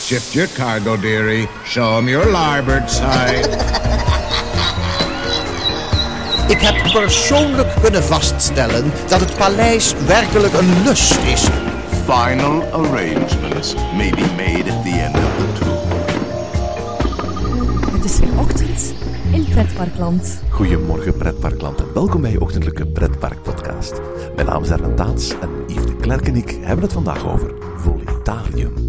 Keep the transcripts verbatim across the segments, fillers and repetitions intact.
Shift your cargo, dearie. Show 'em your larboard side. Ik heb persoonlijk kunnen vaststellen dat het paleis werkelijk een lust is. Final arrangements may be made at the end of the tour. Het is weer ochtend in Pretparkland. Goedemorgen Pretparkland en welkom bij je ochtendelijke Pretparkpodcast. Mijn naam is Erwin Taats en Yves de Klerk en ik hebben het vandaag over Voletarium.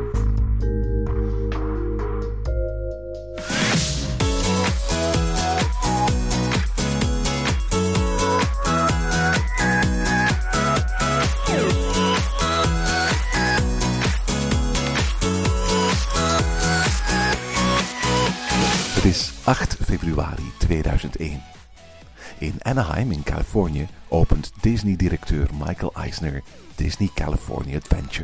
Het is acht februari tweeduizend één. In Anaheim in Californië opent Disney-directeur Michael Eisner Disney California Adventure.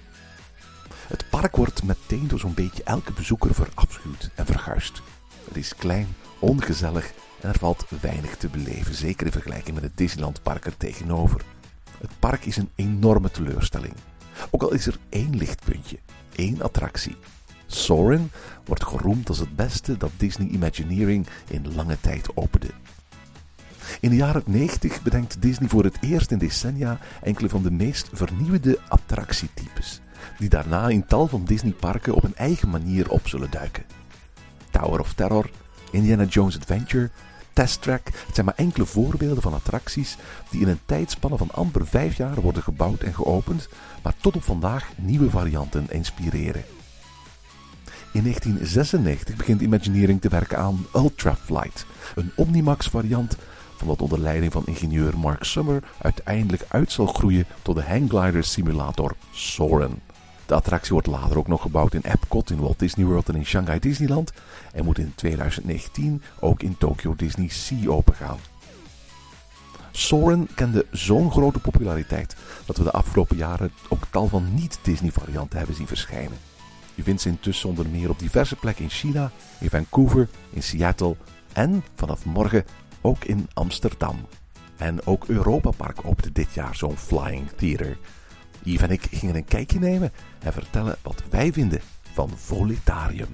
Het park wordt meteen door zo'n beetje elke bezoeker verafschuwd en verguisd. Het is klein, ongezellig en er valt weinig te beleven, zeker in vergelijking met het Disneyland-park er tegenover. Het park is een enorme teleurstelling. Ook al is er één lichtpuntje, één attractie. Soarin' wordt geroemd als het beste dat Disney Imagineering in lange tijd opende. In de jaren negentig bedenkt Disney voor het eerst in decennia enkele van de meest vernieuwende attractietypes, die daarna in tal van Disneyparken op een eigen manier op zullen duiken. Tower of Terror, Indiana Jones Adventure, Test Track, het zijn maar enkele voorbeelden van attracties die in een tijdspanne van amper vijf jaar worden gebouwd en geopend, maar tot op vandaag nieuwe varianten inspireren. In negentien zesennegentig begint Imagineering te werken aan Ultra Flight, een Omnimax variant van wat onder leiding van ingenieur Mark Summer uiteindelijk uit zal groeien tot de hangglider simulator Soarin'. De attractie wordt later ook nog gebouwd in Epcot in Walt Disney World en in Shanghai Disneyland en moet in tweeduizend negentien ook in Tokyo Disney Sea opengaan. Soarin' kende zo'n grote populariteit dat we de afgelopen jaren ook tal van niet-Disney varianten hebben zien verschijnen. Je vindt ze intussen onder meer op diverse plekken in China, in Vancouver, in Seattle en vanaf morgen ook in Amsterdam. En ook Europa Park opende dit jaar zo'n Flying Theater. Yves en ik gingen een kijkje nemen en vertellen wat wij vinden van Voletarium.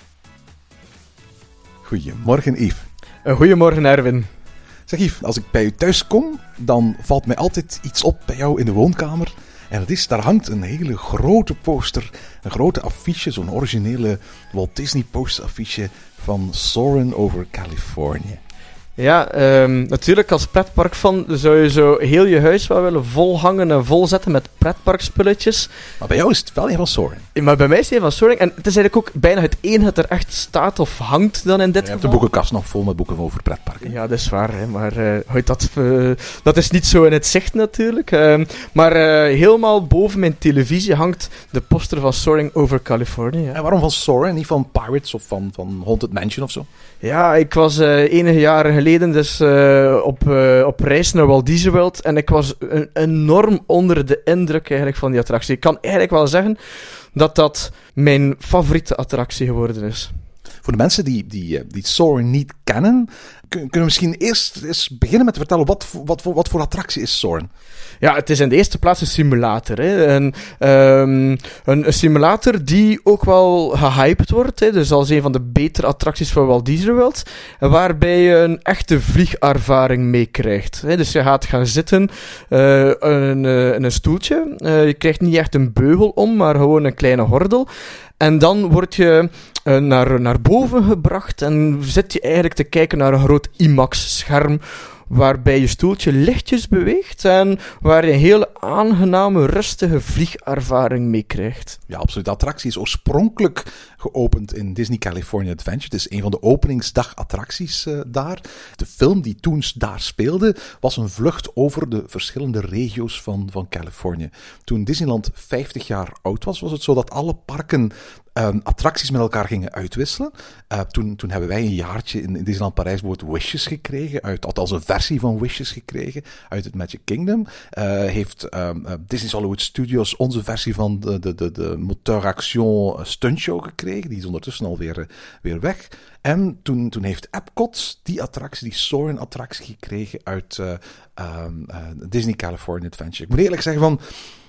Goedemorgen Yves. Goedemorgen Erwin. Zeg Yves, als ik bij u thuis kom, dan valt mij altijd iets op bij jou in de woonkamer. En het is, daar hangt een hele grote poster, een grote affiche, zo'n originele Walt Disney poster affiche van Soarin' over Californië. Ja, um, natuurlijk als pretparkfan zou je zo heel je huis wel willen volhangen en volzetten met pretparkspulletjes. Maar bij jou is het wel een van Soarin'. Maar bij mij is het een van Soarin'. En het is eigenlijk ook bijna het enige dat er echt staat of hangt dan in dit Je hebt geval. de boekenkast nog vol met boeken over pretparken. Ja, dat is waar, hè, maar uh, houdt dat, uh, dat is niet zo in het zicht natuurlijk. Uh, maar uh, helemaal boven mijn televisie hangt de poster van Soarin' over Californië. Ja. En waarom van Soarin', niet van Pirates of van, van Haunted Mansion of zo? Ja, ik was uh, enige jaren geleden dus uh, op, uh, op reis naar Walt Disney World en ik was een, enorm onder de indruk eigenlijk van die attractie. Ik kan eigenlijk wel zeggen dat dat mijn favoriete attractie geworden is. Voor de mensen die, die, die Soarin' niet kennen, kunnen we misschien eerst eens beginnen met te vertellen wat, wat, wat, wat voor attractie is Soarin'? Ja, het is in de eerste plaats een simulator. Hè. Een, um, een, een simulator die ook wel gehyped wordt. Hè. Dus als een van de betere attracties van Walt Disney World. Waarbij je een echte vliegervaring meekrijgt. Dus je gaat gaan zitten uh, in, uh, in een stoeltje. Uh, je krijgt niet echt een beugel om, maar gewoon een kleine gordel. En dan word je uh, naar, naar boven gebracht en zit je eigenlijk te kijken naar een groot IMAX-scherm waarbij je stoeltje lichtjes beweegt en waar je een hele aangename, rustige vliegervaring mee krijgt. Ja, absoluut. De attractie is oorspronkelijk geopend in Disney California Adventure. Het is een van de openingsdagattracties uh, daar. De film die toen daar speelde, was een vlucht over de verschillende regio's van, van Californië. Toen Disneyland vijftig jaar oud was, was het zo dat alle parken Um, attracties met elkaar gingen uitwisselen. Uh, toen, toen hebben wij een jaartje in, in Disneyland Parijs bijvoorbeeld Wishes gekregen, uit, althans een versie van Wishes gekregen, uit het Magic Kingdom. Uh, heeft um, uh, Disney's Hollywood Studios onze versie van de, de, de, de Moteur Action stuntshow gekregen, die is ondertussen alweer uh, weer weg. En toen, toen heeft Epcot die attractie, die Soarin' attractie gekregen uit uh, um, uh, Disney California Adventure. Ik moet eerlijk zeggen van,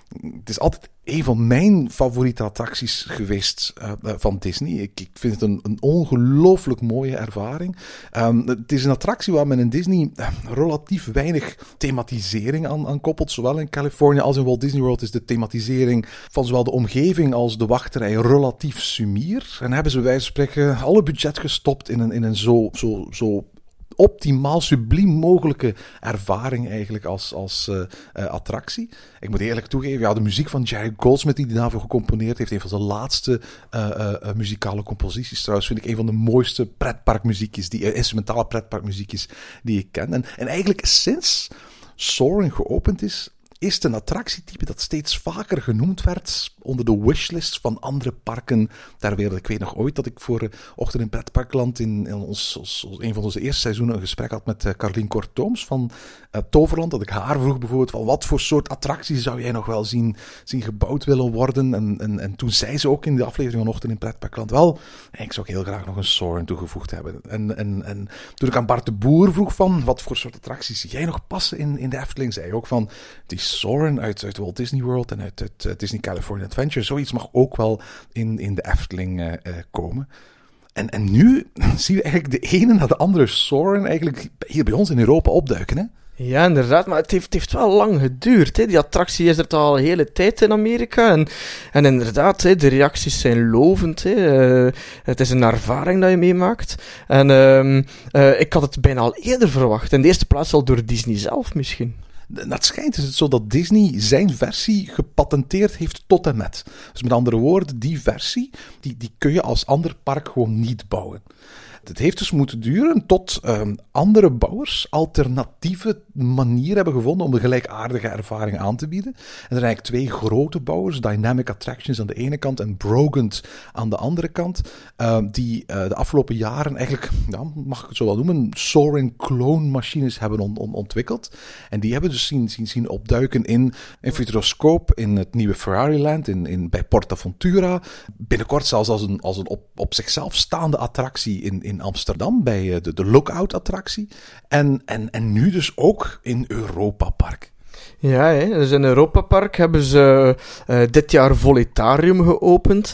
het is altijd een van mijn favoriete attracties geweest uh, uh, van Disney. Ik, ik vind het een, een ongelooflijk mooie ervaring. Um, het is een attractie waar men in Disney uh, relatief weinig thematisering aan, aan koppelt. Zowel in Californië als in Walt Disney World is de thematisering van zowel de omgeving als de wachtrij relatief sumier. En hebben ze bij wijze van spreken alle budget gestopt in een, in een zo... zo, zo optimaal, subliem mogelijke ervaring eigenlijk als, als uh, uh, attractie. Ik moet eerlijk toegeven, ja, de muziek van Jerry Goldsmith die hij daarvoor gecomponeerd heeft, een van zijn laatste uh, uh, uh, muzikale composities trouwens, vind ik een van de mooiste pretparkmuziekjes, die, uh, instrumentale pretparkmuziekjes die ik ken. En, en eigenlijk sinds Soarin' geopend is, is het een attractietype dat steeds vaker genoemd werd onder de wishlists van andere parken ter wereld. Ik weet nog ooit dat ik voor uh, Ochtend in Pretparkland in, in ons, ons, een van onze eerste seizoenen een gesprek had met uh, Carlien Kortooms van uh, Toverland. Dat ik haar vroeg bijvoorbeeld van wat voor soort attracties zou jij nog wel zien, zien gebouwd willen worden. En, en, en toen zei ze ook in de aflevering van Ochtend in Pretparkland wel, ik zou heel graag nog een Soarin' toegevoegd hebben. En, en, en toen ik aan Bart de Boer vroeg van wat voor soort attracties zie jij nog passen in, in de Efteling, zei hij ook van die Soarin' uit, uit Walt Disney World en uit, uit uh, Disney California Adventure. Zoiets mag ook wel in, in de Efteling uh, uh, komen. En, en nu zien we eigenlijk de ene na de andere Soarin' eigenlijk hier bij ons in Europa opduiken, hè? Ja, inderdaad, maar het heeft, het heeft wel lang geduurd. Hè. Die attractie is er al een hele tijd in Amerika. En, en inderdaad, hè, de reacties zijn lovend. Hè. Uh, het is een ervaring dat je meemaakt. En uh, uh, ik had het bijna al eerder verwacht. In de eerste plaats al door Disney zelf misschien. Dat schijnt is het zo dat Disney zijn versie gepatenteerd heeft tot en met. Dus met andere woorden, die versie, die, die kun je als ander park gewoon niet bouwen. Het heeft dus moeten duren tot um, andere bouwers alternatieve manieren hebben gevonden om de gelijkaardige ervaring aan te bieden. En er zijn eigenlijk twee grote bouwers, Dynamic Attractions aan de ene kant en Brogant aan de andere kant, uh, die uh, de afgelopen jaren eigenlijk, ja, mag ik het zo wel noemen, Soarin' clone machines hebben on- on- ontwikkeld. En die hebben dus zien, zien, zien opduiken in, in Futuroscope, in het nieuwe Ferrariland, in, in, bij PortAventura. Binnenkort zelfs als een, als een op, op zichzelf staande attractie in, in Amsterdam, bij de, de Lookout-attractie. En, en, en nu dus ook in Europa Park. Ja, hè. Dus in Europa Park hebben ze uh, dit jaar Voletarium geopend.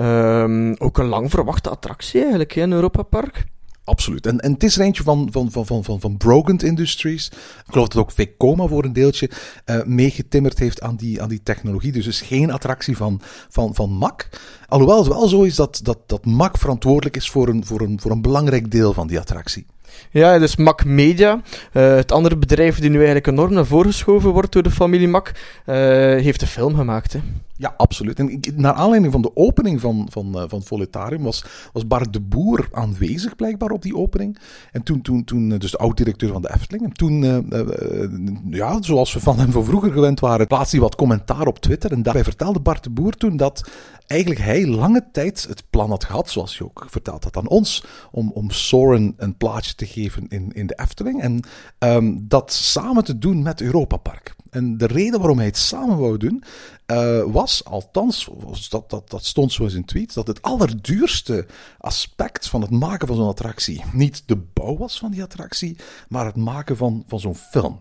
Um, ook een lang verwachte attractie eigenlijk, hè, in Europa Park. Absoluut. En, en het is er eentje van, van, van, van, van, van Brogant Industries. Ik geloof dat ook Vekoma voor een deeltje uh, meegetimmerd heeft aan die, aan die technologie. Dus het is geen attractie van, van, van M A C. Alhoewel het wel zo is dat, dat, dat M A C verantwoordelijk is voor een, voor, een, voor een belangrijk deel van die attractie. Ja, dus M A C Media, uh, het andere bedrijf die nu eigenlijk enorm naar voren geschoven wordt door de familie M A C, uh, heeft de film gemaakt, hè. Ja, absoluut. En ik, naar aanleiding van de opening van, van, uh, van Voletarium was, was Bart de Boer aanwezig blijkbaar op die opening. En toen, toen, toen dus de oud-directeur van de Efteling. En toen, uh, uh, ja, zoals we van hem van vroeger gewend waren, plaatste hij wat commentaar op Twitter. En daarbij vertelde Bart de Boer toen dat eigenlijk hij lange tijd het plan had gehad, zoals je ook verteld had aan ons, om, om Soarin' een plaatsje te geven in, in de Efteling. En um, dat samen te doen met Europa Park. En de reden waarom hij het samen wou doen, uh, was, althans, was dat, dat, dat stond zo in zijn tweet, dat het allerduurste aspect van het maken van zo'n attractie niet de bouw was van die attractie, maar het maken van, van zo'n film.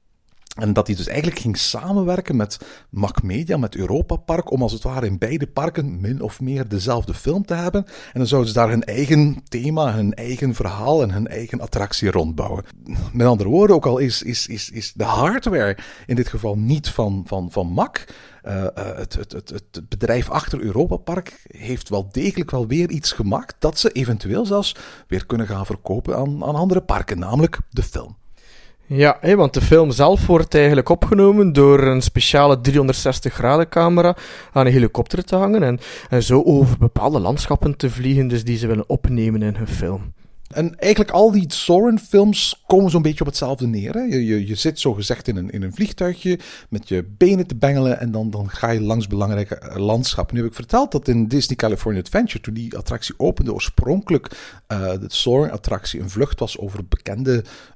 En dat hij dus eigenlijk ging samenwerken met M A C Media, met Europa Park, om als het ware in beide parken min of meer dezelfde film te hebben. En dan zouden ze daar hun eigen thema, hun eigen verhaal en hun eigen attractie rondbouwen. Met andere woorden, ook al is, is, is, is de hardware in dit geval niet van, van, van M A C, Uh, uh, het, het, het, het bedrijf achter Europa Park heeft wel degelijk wel weer iets gemaakt dat ze eventueel zelfs weer kunnen gaan verkopen aan, aan andere parken, namelijk de film. Ja, hé, want de film zelf wordt eigenlijk opgenomen door een speciale driehonderdzestig graden camera aan een helikopter te hangen en, en zo over bepaalde landschappen te vliegen, dus die ze willen opnemen in hun film. En eigenlijk al die Soarin'-films komen zo'n beetje op hetzelfde neer. Hè? Je, je, je zit zogezegd in een, in een vliegtuigje met je benen te bengelen en dan, dan ga je langs belangrijke landschappen. Nu heb ik verteld dat in Disney California Adventure, toen die attractie opende, oorspronkelijk uh, de Soarin'-attractie een vlucht was over bekende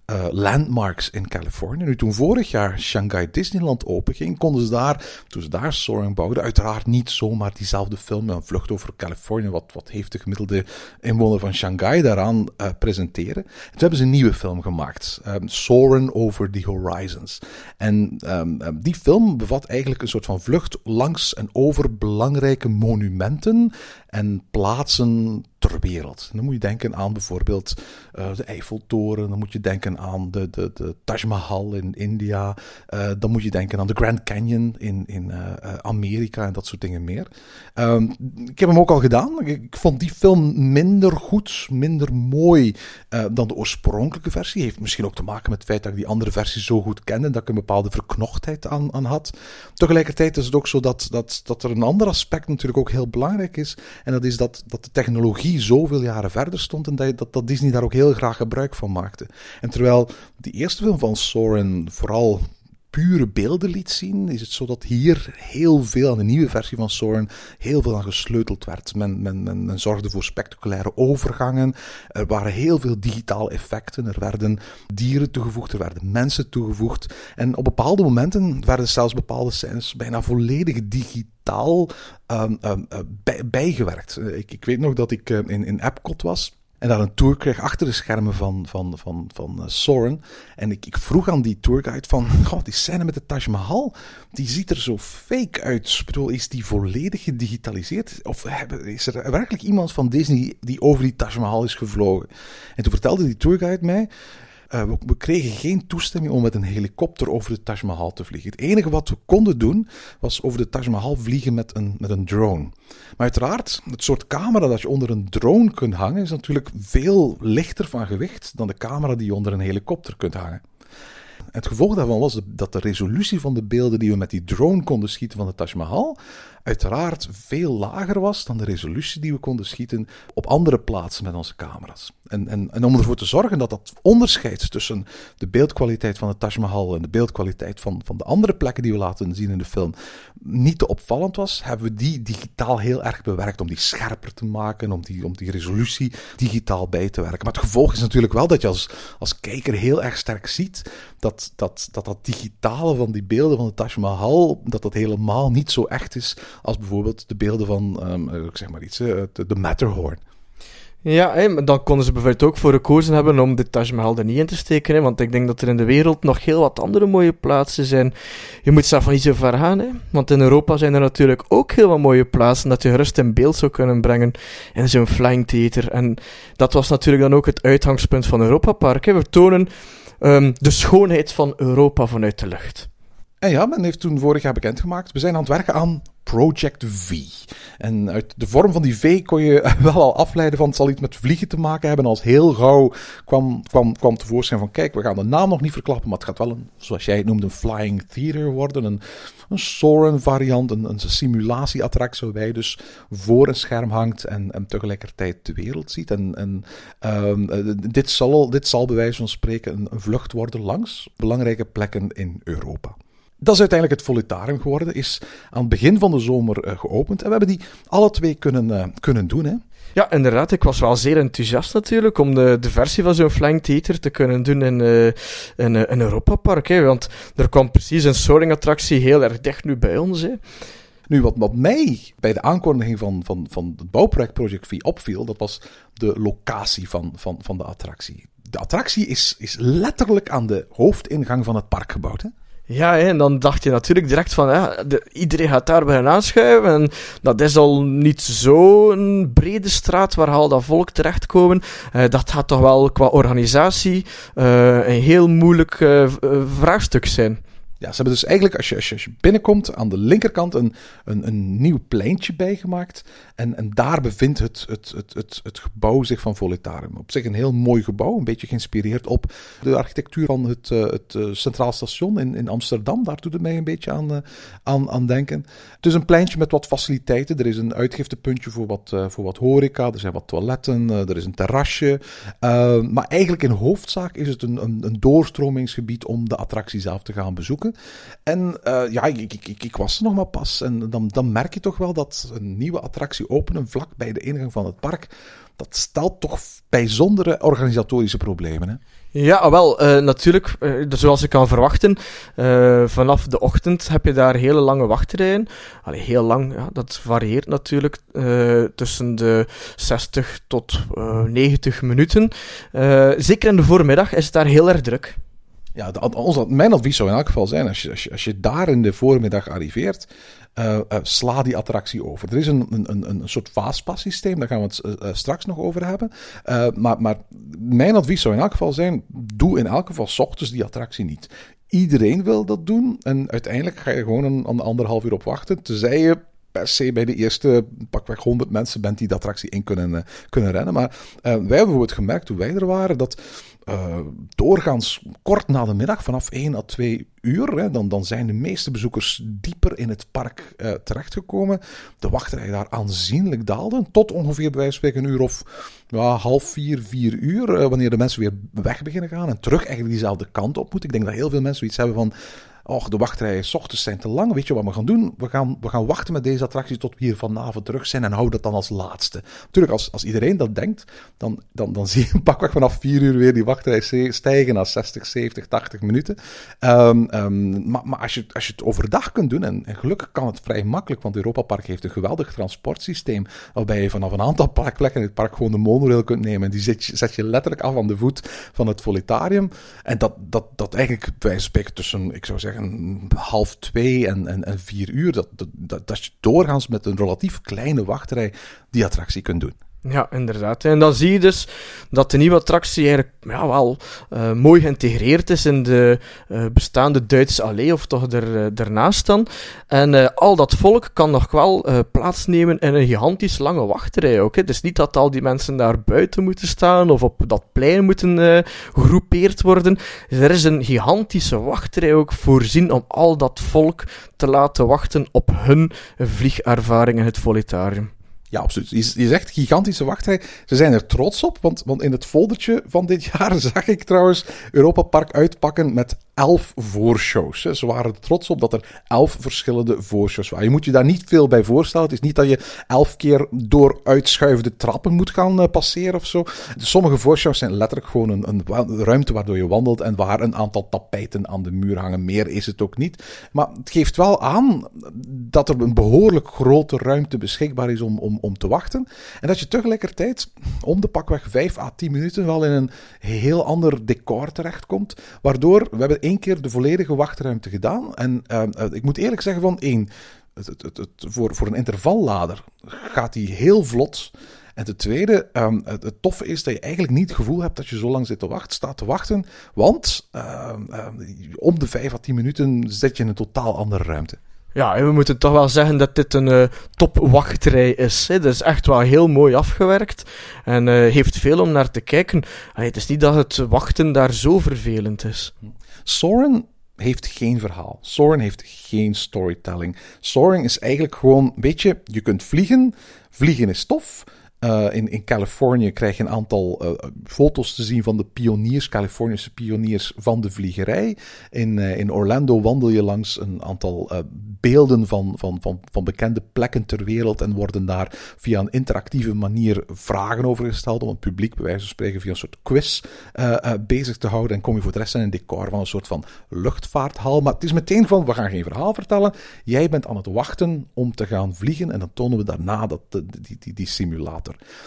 uh, landmarks in Californië. Nu, toen vorig jaar Shanghai Disneyland openging, konden ze daar, toen ze daar Soarin' bouwden, uiteraard niet zomaar diezelfde film, een vlucht over Californië, wat, wat heeft de gemiddelde inwoner van Shanghai daaraan uh, presenteren. En toen hebben ze een nieuwe film gemaakt, um, Soarin' Over the Horizons. En um, um, die film bevat eigenlijk een soort van vlucht langs en over belangrijke monumenten en plaatsen ter wereld. En dan moet je denken aan bijvoorbeeld uh, de Eiffeltoren, dan moet je denken aan de, de, de Taj Mahal in India, uh, dan moet je denken aan de Grand Canyon in, in uh, uh, Amerika en dat soort dingen meer. Um, ik heb hem ook al gedaan. Ik, ik vond die film minder goed, minder mooi uh, dan de oorspronkelijke versie. Heeft misschien ook te maken met het feit dat ik die andere versie zo goed kende en dat ik een bepaalde verknochtheid aan, aan had. Tegelijkertijd is het ook zo dat, dat, dat er een ander aspect natuurlijk ook heel belangrijk is. En dat is dat, dat de technologie zoveel jaren verder stond en dat, dat, dat Disney daar ook heel graag gebruik van maakte. En terwijl die eerste film van Soarin' vooral pure beelden liet zien, is het zo dat hier heel veel aan de nieuwe versie van Soarin' heel veel aan gesleuteld werd. Men, men, men, men zorgde voor spectaculaire overgangen, er waren heel veel digitale effecten, er werden dieren toegevoegd, er werden mensen toegevoegd en op bepaalde momenten werden zelfs bepaalde scènes bijna volledig digitaal um, um, uh, bij, bijgewerkt. Ik, ik weet nog dat ik uh, in, in Epcot was en daar een tour kreeg achter de schermen van, van, van, van uh, Soarin'. En ik, ik vroeg aan die tourguide van, goh, die scène met de Taj Mahal, die ziet er zo fake uit. Ik bedoel, is die volledig gedigitaliseerd? Of is er werkelijk iemand van Disney die over die Taj Mahal is gevlogen? En toen vertelde die tourguide mij, Uh, we, we kregen geen toestemming om met een helikopter over de Taj Mahal te vliegen. Het enige wat we konden doen, was over de Taj Mahal vliegen met een, met een drone. Maar uiteraard, het soort camera dat je onder een drone kunt hangen, is natuurlijk veel lichter van gewicht dan de camera die je onder een helikopter kunt hangen. Het gevolg daarvan was dat de resolutie van de beelden die we met die drone konden schieten van de Taj Mahal uiteraard veel lager was dan de resolutie die we konden schieten op andere plaatsen met onze camera's. En, en, en om ervoor te zorgen dat dat onderscheid tussen de beeldkwaliteit van de Taj Mahal en de beeldkwaliteit van, van de andere plekken die we laten zien in de film niet te opvallend was, hebben we die digitaal heel erg bewerkt om die scherper te maken, om die, om die resolutie digitaal bij te werken. Maar het gevolg is natuurlijk wel dat je als, als kijker heel erg sterk ziet dat dat, dat dat digitale van die beelden van de Taj Mahal, dat dat helemaal niet zo echt is als bijvoorbeeld de beelden van, um, ik zeg maar iets, uh, de, de Matterhorn. Ja, hè, maar dan konden ze bijvoorbeeld ook voor gekozen hebben om de Taj Mahal er niet in te steken, hè, want ik denk dat er in de wereld nog heel wat andere mooie plaatsen zijn. Je moet zelf van niet zo ver gaan, hè, want in Europa zijn er natuurlijk ook heel wat mooie plaatsen dat je gerust in beeld zou kunnen brengen in zo'n Flying Theater. En dat was natuurlijk dan ook het uitgangspunt van Europa Park. Hè. We tonen um, de schoonheid van Europa vanuit de lucht. En ja, men heeft toen vorig jaar bekendgemaakt, we zijn aan het werken aan Project V. En uit de vorm van die V kon je wel al afleiden van het zal iets met vliegen te maken hebben. Als heel gauw kwam, kwam, kwam tevoorschijn van kijk, we gaan de naam nog niet verklappen, maar het gaat wel een, zoals jij het noemde, een Flying Theater worden. Een, een Soarin' variant, een, een simulatieattractie waarbij je dus voor een scherm hangt en, en tegelijkertijd de wereld ziet. En, en um, dit, zal, dit zal bij wijze van spreken een, een vlucht worden langs belangrijke plekken in Europa. Dat is uiteindelijk het Volutarium geworden, is aan het begin van de zomer uh, geopend. En we hebben die alle twee kunnen, uh, kunnen doen, hè. Ja, inderdaad. Ik was wel zeer enthousiast natuurlijk om de, de versie van zo'n Flying Theater te kunnen doen in, uh, in, uh, in Europa Park. Hè, want er kwam precies een Soaring-attractie heel erg dicht nu bij ons. Hè. Nu, wat, wat mij bij de aankondiging van, van, van het bouwproject Project V opviel, dat was de locatie van, van, van de attractie. De attractie is, is letterlijk aan de hoofdingang van het park gebouwd, hè. Ja, hè, en dan dacht je natuurlijk direct van, ja, de, iedereen gaat daar bij aanschuiven. En dat is al niet zo'n brede straat waar al dat volk terechtkomen. Uh, dat gaat toch wel qua organisatie uh, een heel moeilijk uh, vraagstuk zijn. Ja, ze hebben dus eigenlijk, als je, als je, als je binnenkomt, aan de linkerkant een, een, een nieuw pleintje bijgemaakt. En, en daar bevindt het, het, het, het, het gebouw zich van Volutarium. Op zich een heel mooi gebouw, een beetje geïnspireerd op de architectuur van het, uh, het uh, Centraal Station in, in Amsterdam. Daar doet het mij een beetje aan, uh, aan, aan denken. Het is een pleintje met wat faciliteiten. Er is een uitgiftepuntje voor wat, uh, voor wat horeca. Er zijn wat toiletten. Uh, er is een terrasje. Uh, maar eigenlijk in hoofdzaak is het een, een, een doorstromingsgebied om de attractie zelf te gaan bezoeken. bezoeken. En uh, ja, ik, ik, ik, ik was er nog maar pas. En dan, dan merk je toch wel dat een nieuwe attractie openen vlak bij de ingang van het park, dat stelt toch bijzondere organisatorische problemen, hè? Ja, wel, uh, natuurlijk, uh, zoals je kan verwachten, uh, vanaf de ochtend heb je daar hele lange wachtrijen. Allee, heel lang, ja, dat varieert natuurlijk uh, tussen de zestig tot uh, negentig minuten. Uh, zeker in de voormiddag is het daar heel erg druk. Ja, de, ons, mijn advies zou in elk geval zijn, als je, als je, als je daar in de voormiddag arriveert, uh, uh, sla die attractie over. Er is een, een, een soort fastpass systeem, daar gaan we het uh, straks nog over hebben. Uh, maar, maar mijn advies zou in elk geval zijn, doe in elk geval 's ochtends die attractie niet. Iedereen wil dat doen en uiteindelijk ga je gewoon een, een anderhalf uur op wachten, tenzij je per se bij de eerste pakweg honderd mensen bent die de attractie in kunnen, uh, kunnen rennen. Maar uh, wij hebben bijvoorbeeld gemerkt toen wij er waren dat uh, doorgaans kort na de middag, vanaf één à twee uur, hè, dan, dan zijn de meeste bezoekers dieper in het park uh, terechtgekomen. De wachtrij daar aanzienlijk daalde, tot ongeveer bij wijze van spreken een uur of ja, half vier, vier uur, uh, wanneer de mensen weer weg beginnen gaan en terug eigenlijk diezelfde kant op moeten. Ik denk dat heel veel mensen iets hebben van, och, de wachtrijen 's ochtends zijn te lang. Weet je wat we gaan doen? We gaan, we gaan wachten met deze attractie tot we hier vanavond terug zijn en houden dat dan als laatste. Natuurlijk, als, als iedereen dat denkt, dan, dan, dan zie je pakweg vanaf vier uur weer die wachtrij stijgen naar zestig, zeventig, tachtig minuten. Um, um, maar maar als, je, als je het overdag kunt doen, en, en gelukkig kan het vrij makkelijk, want Europa Park heeft een geweldig transportsysteem, waarbij je vanaf een aantal parkplekken in het park gewoon de monorail kunt nemen. En die zet je, zet je letterlijk af aan de voet van het Voletarium. En dat, dat, dat eigenlijk, wij spreken tussen, ik zou zeggen, half twee en, en, en vier uur, dat, dat, dat je doorgaans met een relatief kleine wachtrij die attractie kunt doen. Ja, inderdaad. En dan zie je dus dat de nieuwe attractie eigenlijk ja, wel uh, mooi geïntegreerd is in de uh, bestaande Duitse allee, of toch er, uh, ernaast dan. En uh, al dat volk kan nog wel uh, plaatsnemen in een gigantisch lange wachtrij ook. Hè. Het is niet dat al die mensen daar buiten moeten staan of op dat plein moeten uh, gegroepeerd worden. Er is een gigantische wachtrij ook voorzien om al dat volk te laten wachten op hun vliegervaring in het Voletarium. Ja, absoluut. Je, je zegt gigantische wachtrij. Ze zijn er trots op, want, want in het foldertje van dit jaar zag ik trouwens Europa Park uitpakken met elf voorshows. Ze waren er trots op dat er elf verschillende voorshows waren. Je moet je daar niet veel bij voorstellen. Het is niet dat je elf keer door uitschuivende trappen moet gaan uh, passeren of zo. Sommige voorshows zijn letterlijk gewoon een, een ruimte waardoor je wandelt en waar een aantal tapijten aan de muur hangen. Meer is het ook niet. Maar het geeft wel aan dat er een behoorlijk grote ruimte beschikbaar is om, om, om te wachten. En dat je tegelijkertijd om de pakweg vijf à tien minuten wel in een heel ander decor terechtkomt. Waardoor, we hebben één keer de volledige wachtruimte gedaan. En uh, ik moet eerlijk zeggen van één, het, het, het, het, voor, voor een intervallader gaat die heel vlot. En ten tweede, um, het, het toffe is dat je eigenlijk niet het gevoel hebt dat je zo lang zit te wachten, staat te wachten. Want uh, uh, om de vijf à tien minuten zit je in een totaal andere ruimte. Ja, en we moeten toch wel zeggen dat dit een uh, topwachtrij is. Hè. Dat is echt wel heel mooi afgewerkt. En uh, heeft veel om naar te kijken. Allee, het is niet dat het wachten daar zo vervelend is. Soarin' heeft geen verhaal. Soarin' heeft geen storytelling. Soarin' is eigenlijk gewoon, weet je, je kunt vliegen. Vliegen is tof. Uh, in, in Californië krijg je een aantal uh, foto's te zien van de pioniers, Californische pioniers van de vliegerij. In, uh, in Orlando wandel je langs een aantal uh, beelden van, van, van, van bekende plekken ter wereld en worden daar via een interactieve manier vragen over gesteld om het publiek bij wijze van spreken via een soort quiz uh, uh, bezig te houden. En kom je voor de rest in een decor van een soort van luchtvaarthal. Maar het is meteen van, we gaan geen verhaal vertellen. Jij bent aan het wachten om te gaan vliegen en dan tonen we daarna dat, die, die, die, die simulator.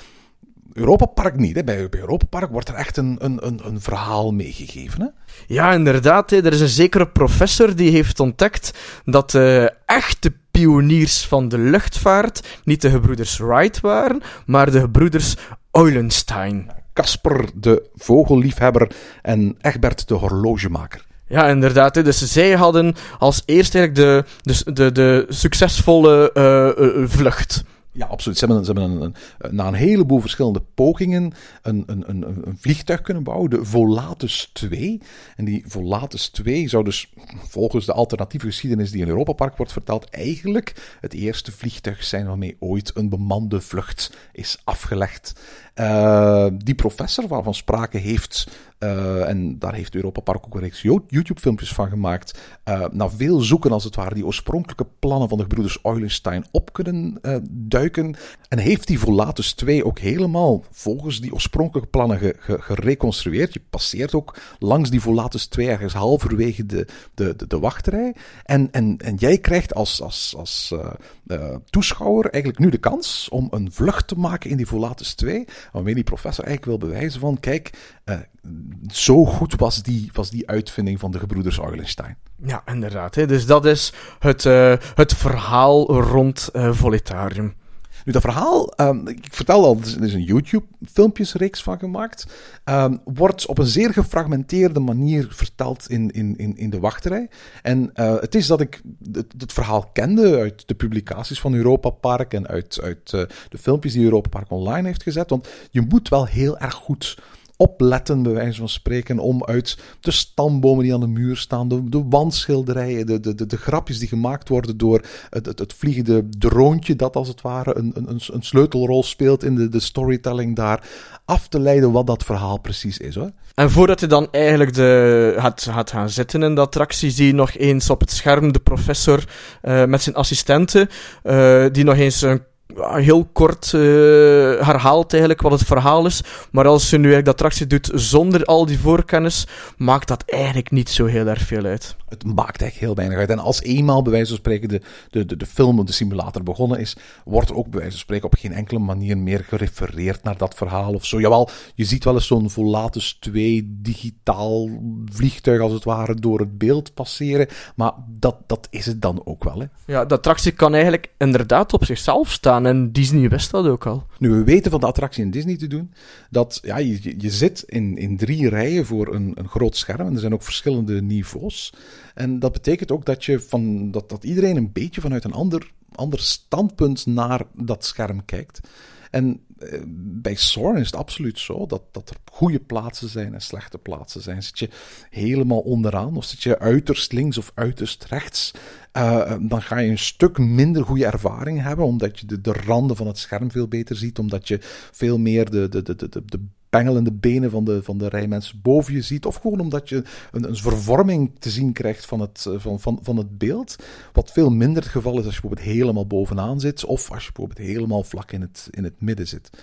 Europa Park niet. Hè. Bij, bij Europa Park wordt er echt een, een, een, een verhaal meegegeven. Hè? Ja, inderdaad. Hè. Er is een zekere professor die heeft ontdekt dat de echte pioniers van de luchtvaart niet de gebroeders Wright waren, maar de gebroeders Eulenstein. Casper, de vogelliefhebber, en Egbert, de horlogemaker. Ja, inderdaad. Hè. Dus zij hadden als eerste eigenlijk de, de, de, de succesvolle uh, uh, vlucht. Ja, absoluut. Ze hebben, ze hebben een, een, na een heleboel verschillende pogingen een, een, een, een vliegtuig kunnen bouwen, de Volatus twee. En die Volatus twee zou dus volgens de alternatieve geschiedenis die in Europa Park wordt verteld, eigenlijk het eerste vliegtuig zijn waarmee ooit een bemande vlucht is afgelegd. Uh, die professor waarvan sprake heeft Uh, en daar heeft Europa Park ook een reeks YouTube-filmpjes van gemaakt. Uh, na veel zoeken, als het ware, die oorspronkelijke plannen van de gebroeders Eulenstein op kunnen uh, duiken. En heeft die Volatus twee ook helemaal volgens die oorspronkelijke plannen ge- ge- gereconstrueerd. Je passeert ook langs die Volatus twee ergens halverwege de, de, de, de wachtrij. En, en, en jij krijgt als, als, als uh, uh, toeschouwer eigenlijk nu de kans om een vlucht te maken in die Volatus twee. Waarmee die professor eigenlijk wil bewijzen van, kijk, uh, zo goed was die, was die uitvinding van de gebroeders Eulenstein. Ja, inderdaad. Hè. Dus dat is het, uh, het verhaal rond uh, Voletarium. Nu, dat verhaal, um, ik vertel al, er is een YouTube-filmpjesreeks van gemaakt, um, wordt op een zeer gefragmenteerde manier verteld in, in, in, in de wachtrij. En uh, het is dat ik het, het verhaal kende uit de publicaties van Europa Park en uit, uit uh, de filmpjes die Europa Park online heeft gezet, want je moet wel heel erg goed opletten, bij wijze van spreken, om uit de stambomen die aan de muur staan, de, de wandschilderijen, de, de, de, de grapjes die gemaakt worden door het, het, het vliegende droontje dat als het ware een, een, een sleutelrol speelt in de, de storytelling daar, af te leiden wat dat verhaal precies is, hoor. En voordat je dan eigenlijk de, gaat, gaat gaan zitten in de attractie, zie je nog eens op het scherm de professor uh, met zijn assistenten, uh, die nog eens een heel kort uh, herhaalt eigenlijk wat het verhaal is. Maar als je nu eigenlijk de attractie doet zonder al die voorkennis, maakt dat eigenlijk niet zo heel erg veel uit. Het maakt echt heel weinig uit. En als eenmaal, bij wijze van spreken, de, de, de, de film of de simulator begonnen is, wordt er ook, bij wijze van spreken, op geen enkele manier meer gerefereerd naar dat verhaal of zo. Jawel, je ziet wel eens zo'n Volatus twee digitaal vliegtuig, als het ware, door het beeld passeren. Maar dat, dat is het dan ook wel, hè. Ja, de attractie kan eigenlijk inderdaad op zichzelf staan. En Disney wist dat ook al. Nu, we weten van de attractie in Disney te doen, dat ja, je, je zit in, in drie rijen voor een, een groot scherm. En er zijn ook verschillende niveaus. En dat betekent ook dat, je van, dat, dat iedereen een beetje vanuit een ander, ander standpunt naar dat scherm kijkt. En eh, bij Soarin' is het absoluut zo dat, dat er goede plaatsen zijn en slechte plaatsen zijn. Zit je helemaal onderaan of zit je uiterst links of uiterst rechts, uh, dan ga je een stuk minder goede ervaring hebben, omdat je de, de randen van het scherm veel beter ziet, omdat je veel meer de, de, de, de, de, de bengelende benen van de, van de rij mensen boven je ziet, of gewoon omdat je een, een vervorming te zien krijgt van het, van, van, van het beeld, wat veel minder het geval is als je bijvoorbeeld helemaal bovenaan zit, of als je bijvoorbeeld helemaal vlak in het, in het midden zit.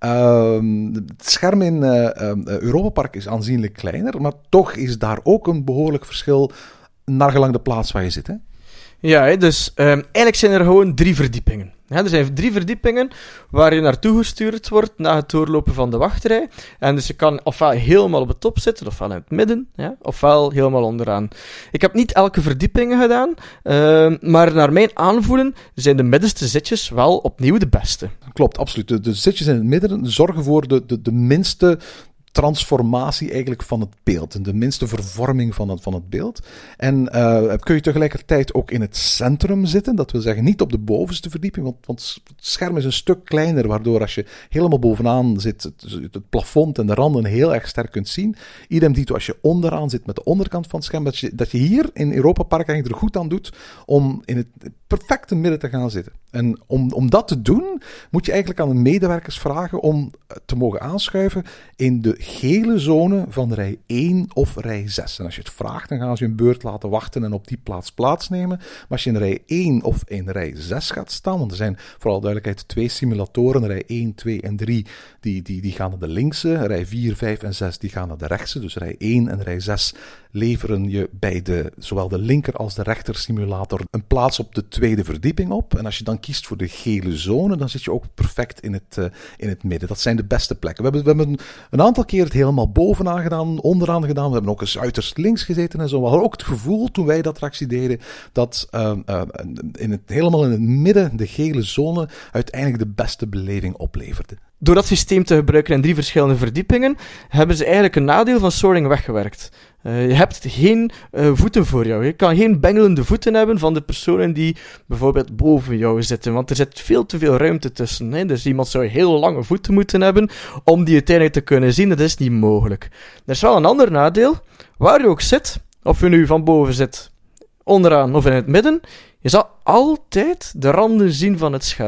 Um, het scherm in uh, um, Europa Park is aanzienlijk kleiner, maar toch is daar ook een behoorlijk verschil naar gelang de plaats waar je zit, hè? Ja, hè, dus um, eigenlijk zijn er gewoon drie verdiepingen. Ja, er zijn drie verdiepingen waar je naartoe gestuurd wordt na het doorlopen van de wachtrij. En dus je kan ofwel helemaal op de top zitten, ofwel in het midden, ja, ofwel helemaal onderaan. Ik heb niet elke verdieping gedaan, uh, maar naar mijn aanvoelen zijn de middenste zitjes wel opnieuw de beste. Klopt, absoluut. De, de zitjes in het midden zorgen voor de, de, de minste transformatie eigenlijk van het beeld. En de minste vervorming van het, van het beeld. En uh, kun je tegelijkertijd ook in het centrum zitten. Dat wil zeggen niet op de bovenste verdieping, want, want het scherm is een stuk kleiner, waardoor als je helemaal bovenaan zit, het, het plafond en de randen heel erg sterk kunt zien. Idem dito als je onderaan zit met de onderkant van het scherm, dat je, dat je hier in Europa Park eigenlijk er goed aan doet om in het perfecte midden te gaan zitten. En om, om dat te doen, moet je eigenlijk aan de medewerkers vragen om te mogen aanschuiven in de gele zone van rij één of rij zes. En als je het vraagt, dan gaan ze je een beurt laten wachten en op die plaats plaatsnemen. Maar als je in rij één of in rij zes gaat staan, want er zijn vooral duidelijkheid twee simulatoren, rij één, twee en drie, die, die, die gaan naar de linkse, rij vier, vijf en zes, die gaan naar de rechtse. Dus rij één en rij zes leveren je bij de, zowel de linker als de rechter simulator een plaats op de tweede verdieping op. En als je dan kiest voor de gele zone, dan zit je ook perfect in het, uh, in het midden. Dat zijn de beste plekken. We hebben, we hebben een aantal keer het helemaal bovenaan gedaan, onderaan gedaan. We hebben ook eens uiterst links gezeten en zo. We hadden ook het gevoel, toen wij dat attractie deden, dat uh, uh, in het, helemaal in het midden, de gele zone, uiteindelijk de beste beleving opleverde. Door dat systeem te gebruiken in drie verschillende verdiepingen, hebben ze eigenlijk een nadeel van Soaring weggewerkt. Uh, je hebt geen uh, voeten voor jou. Je kan geen bengelende voeten hebben van de personen die bijvoorbeeld boven jou zitten, want er zit veel te veel ruimte tussen. Hè? Dus iemand zou heel lange voeten moeten hebben om die uiteindelijk te kunnen zien. Dat is niet mogelijk. Er is wel een ander nadeel. Waar je ook zit, of je nu van boven zit, onderaan of in het midden, je zal altijd de randen zien van het scherm.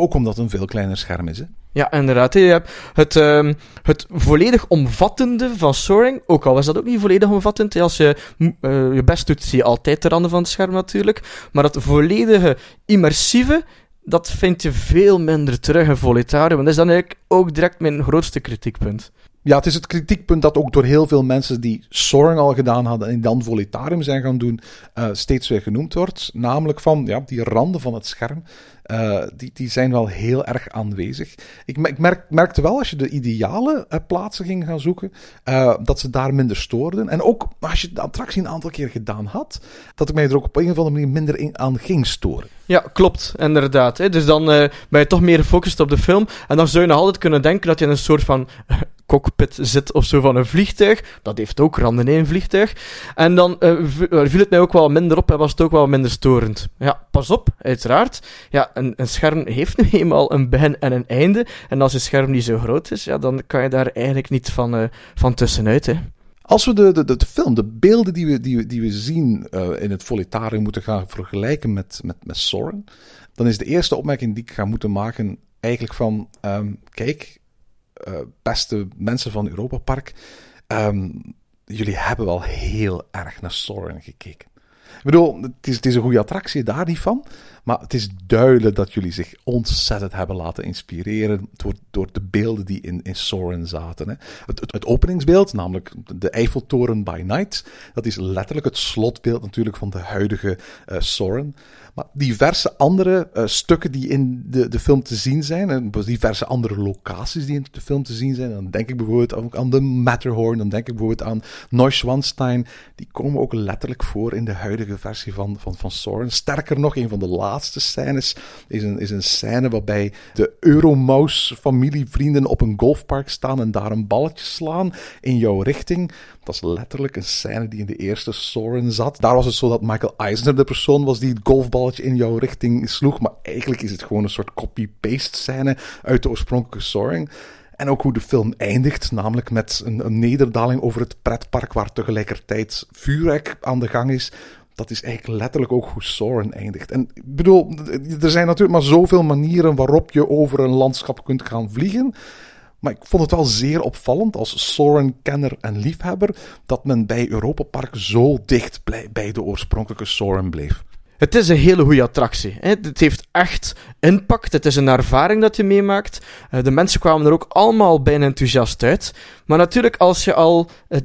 Ook omdat het een veel kleiner scherm is, hè? Ja, inderdaad. Je hebt het, um, het volledig omvattende van Soaring, ook al is dat ook niet volledig omvattend. Als je uh, je best doet, zie je altijd de randen van het scherm natuurlijk. Maar dat volledige immersieve, dat vind je veel minder terug in Voletarium. En dat is dan eigenlijk ook direct mijn grootste kritiekpunt. Ja, het is het kritiekpunt dat ook door heel veel mensen die Soaring al gedaan hadden en die dan Voletarium zijn gaan doen, uh, steeds weer genoemd wordt. Namelijk van, ja, die randen van het scherm, uh, die, die zijn wel heel erg aanwezig. Ik, ik merk, merkte wel, als je de ideale uh, plaatsen ging gaan zoeken, uh, dat ze daar minder stoorden. En ook als je de attractie een aantal keer gedaan had, dat ik mij er ook op een of andere manier minder in, aan ging storen. Ja, klopt, inderdaad. Hè. Dus dan uh, ben je toch meer gefocust op de film. En dan zou je nog altijd kunnen denken dat je in een soort van cockpit zit of zo van een vliegtuig. Dat heeft ook randen in een vliegtuig. En dan uh, v- viel het mij ook wel minder op en was het ook wel minder storend. Ja, pas op, uiteraard. Ja, een, een scherm heeft nu eenmaal een begin en een einde. En als je scherm niet zo groot is, ja, dan kan je daar eigenlijk niet van, uh, van tussenuit, hè. Als we de, de, de film, de beelden die we, die we, die we zien uh, in het Voletarium moeten gaan vergelijken met, met, met Soaring, dan is de eerste opmerking die ik ga moeten maken eigenlijk van, um, kijk, uh, beste mensen van Europa Park, um, jullie hebben wel heel erg naar Soaring gekeken. Ik bedoel, het is, het is een goede attractie, daar niet van. Maar het is duidelijk dat jullie zich ontzettend hebben laten inspireren door, door de beelden die in, in Soaring zaten. Hè. Het, het, het openingsbeeld, namelijk de Eiffeltoren by Night, dat is letterlijk het slotbeeld natuurlijk van de huidige uh, Soaring. Maar diverse andere uh, stukken die in de, de film te zien zijn, en diverse andere locaties die in de film te zien zijn, dan denk ik bijvoorbeeld ook aan de Matterhorn, dan denk ik bijvoorbeeld aan Neuschwanstein, die komen ook letterlijk voor in de huidige versie van, van, van Soaring. Sterker nog, een van de laatste scènes is een, is een scène waarbij de Euromouse-familievrienden op een golfpark staan en daar een balletje slaan in jouw richting. Dat is letterlijk een scène die in de eerste Soaring zat. Daar was het zo dat Michael Eisner de persoon was die het golfballetje in jouw richting sloeg, maar eigenlijk is het gewoon een soort copy-paste scène uit de oorspronkelijke Soaring. En ook hoe de film eindigt, namelijk met een, een nederdaling over het pretpark waar tegelijkertijd vuurwerk aan de gang is. Dat is eigenlijk letterlijk ook hoe Soaring eindigt. En ik bedoel, er zijn natuurlijk maar zoveel manieren waarop je over een landschap kunt gaan vliegen. Maar ik vond het wel zeer opvallend als Soaring-kenner en liefhebber dat men bij Europa Park zo dicht bij de oorspronkelijke Soaring bleef. Het is een hele goede attractie. Hè. Het heeft echt impact. Het is een ervaring dat je meemaakt. Uh, de mensen kwamen er ook allemaal bijna enthousiast uit. Maar natuurlijk, als je al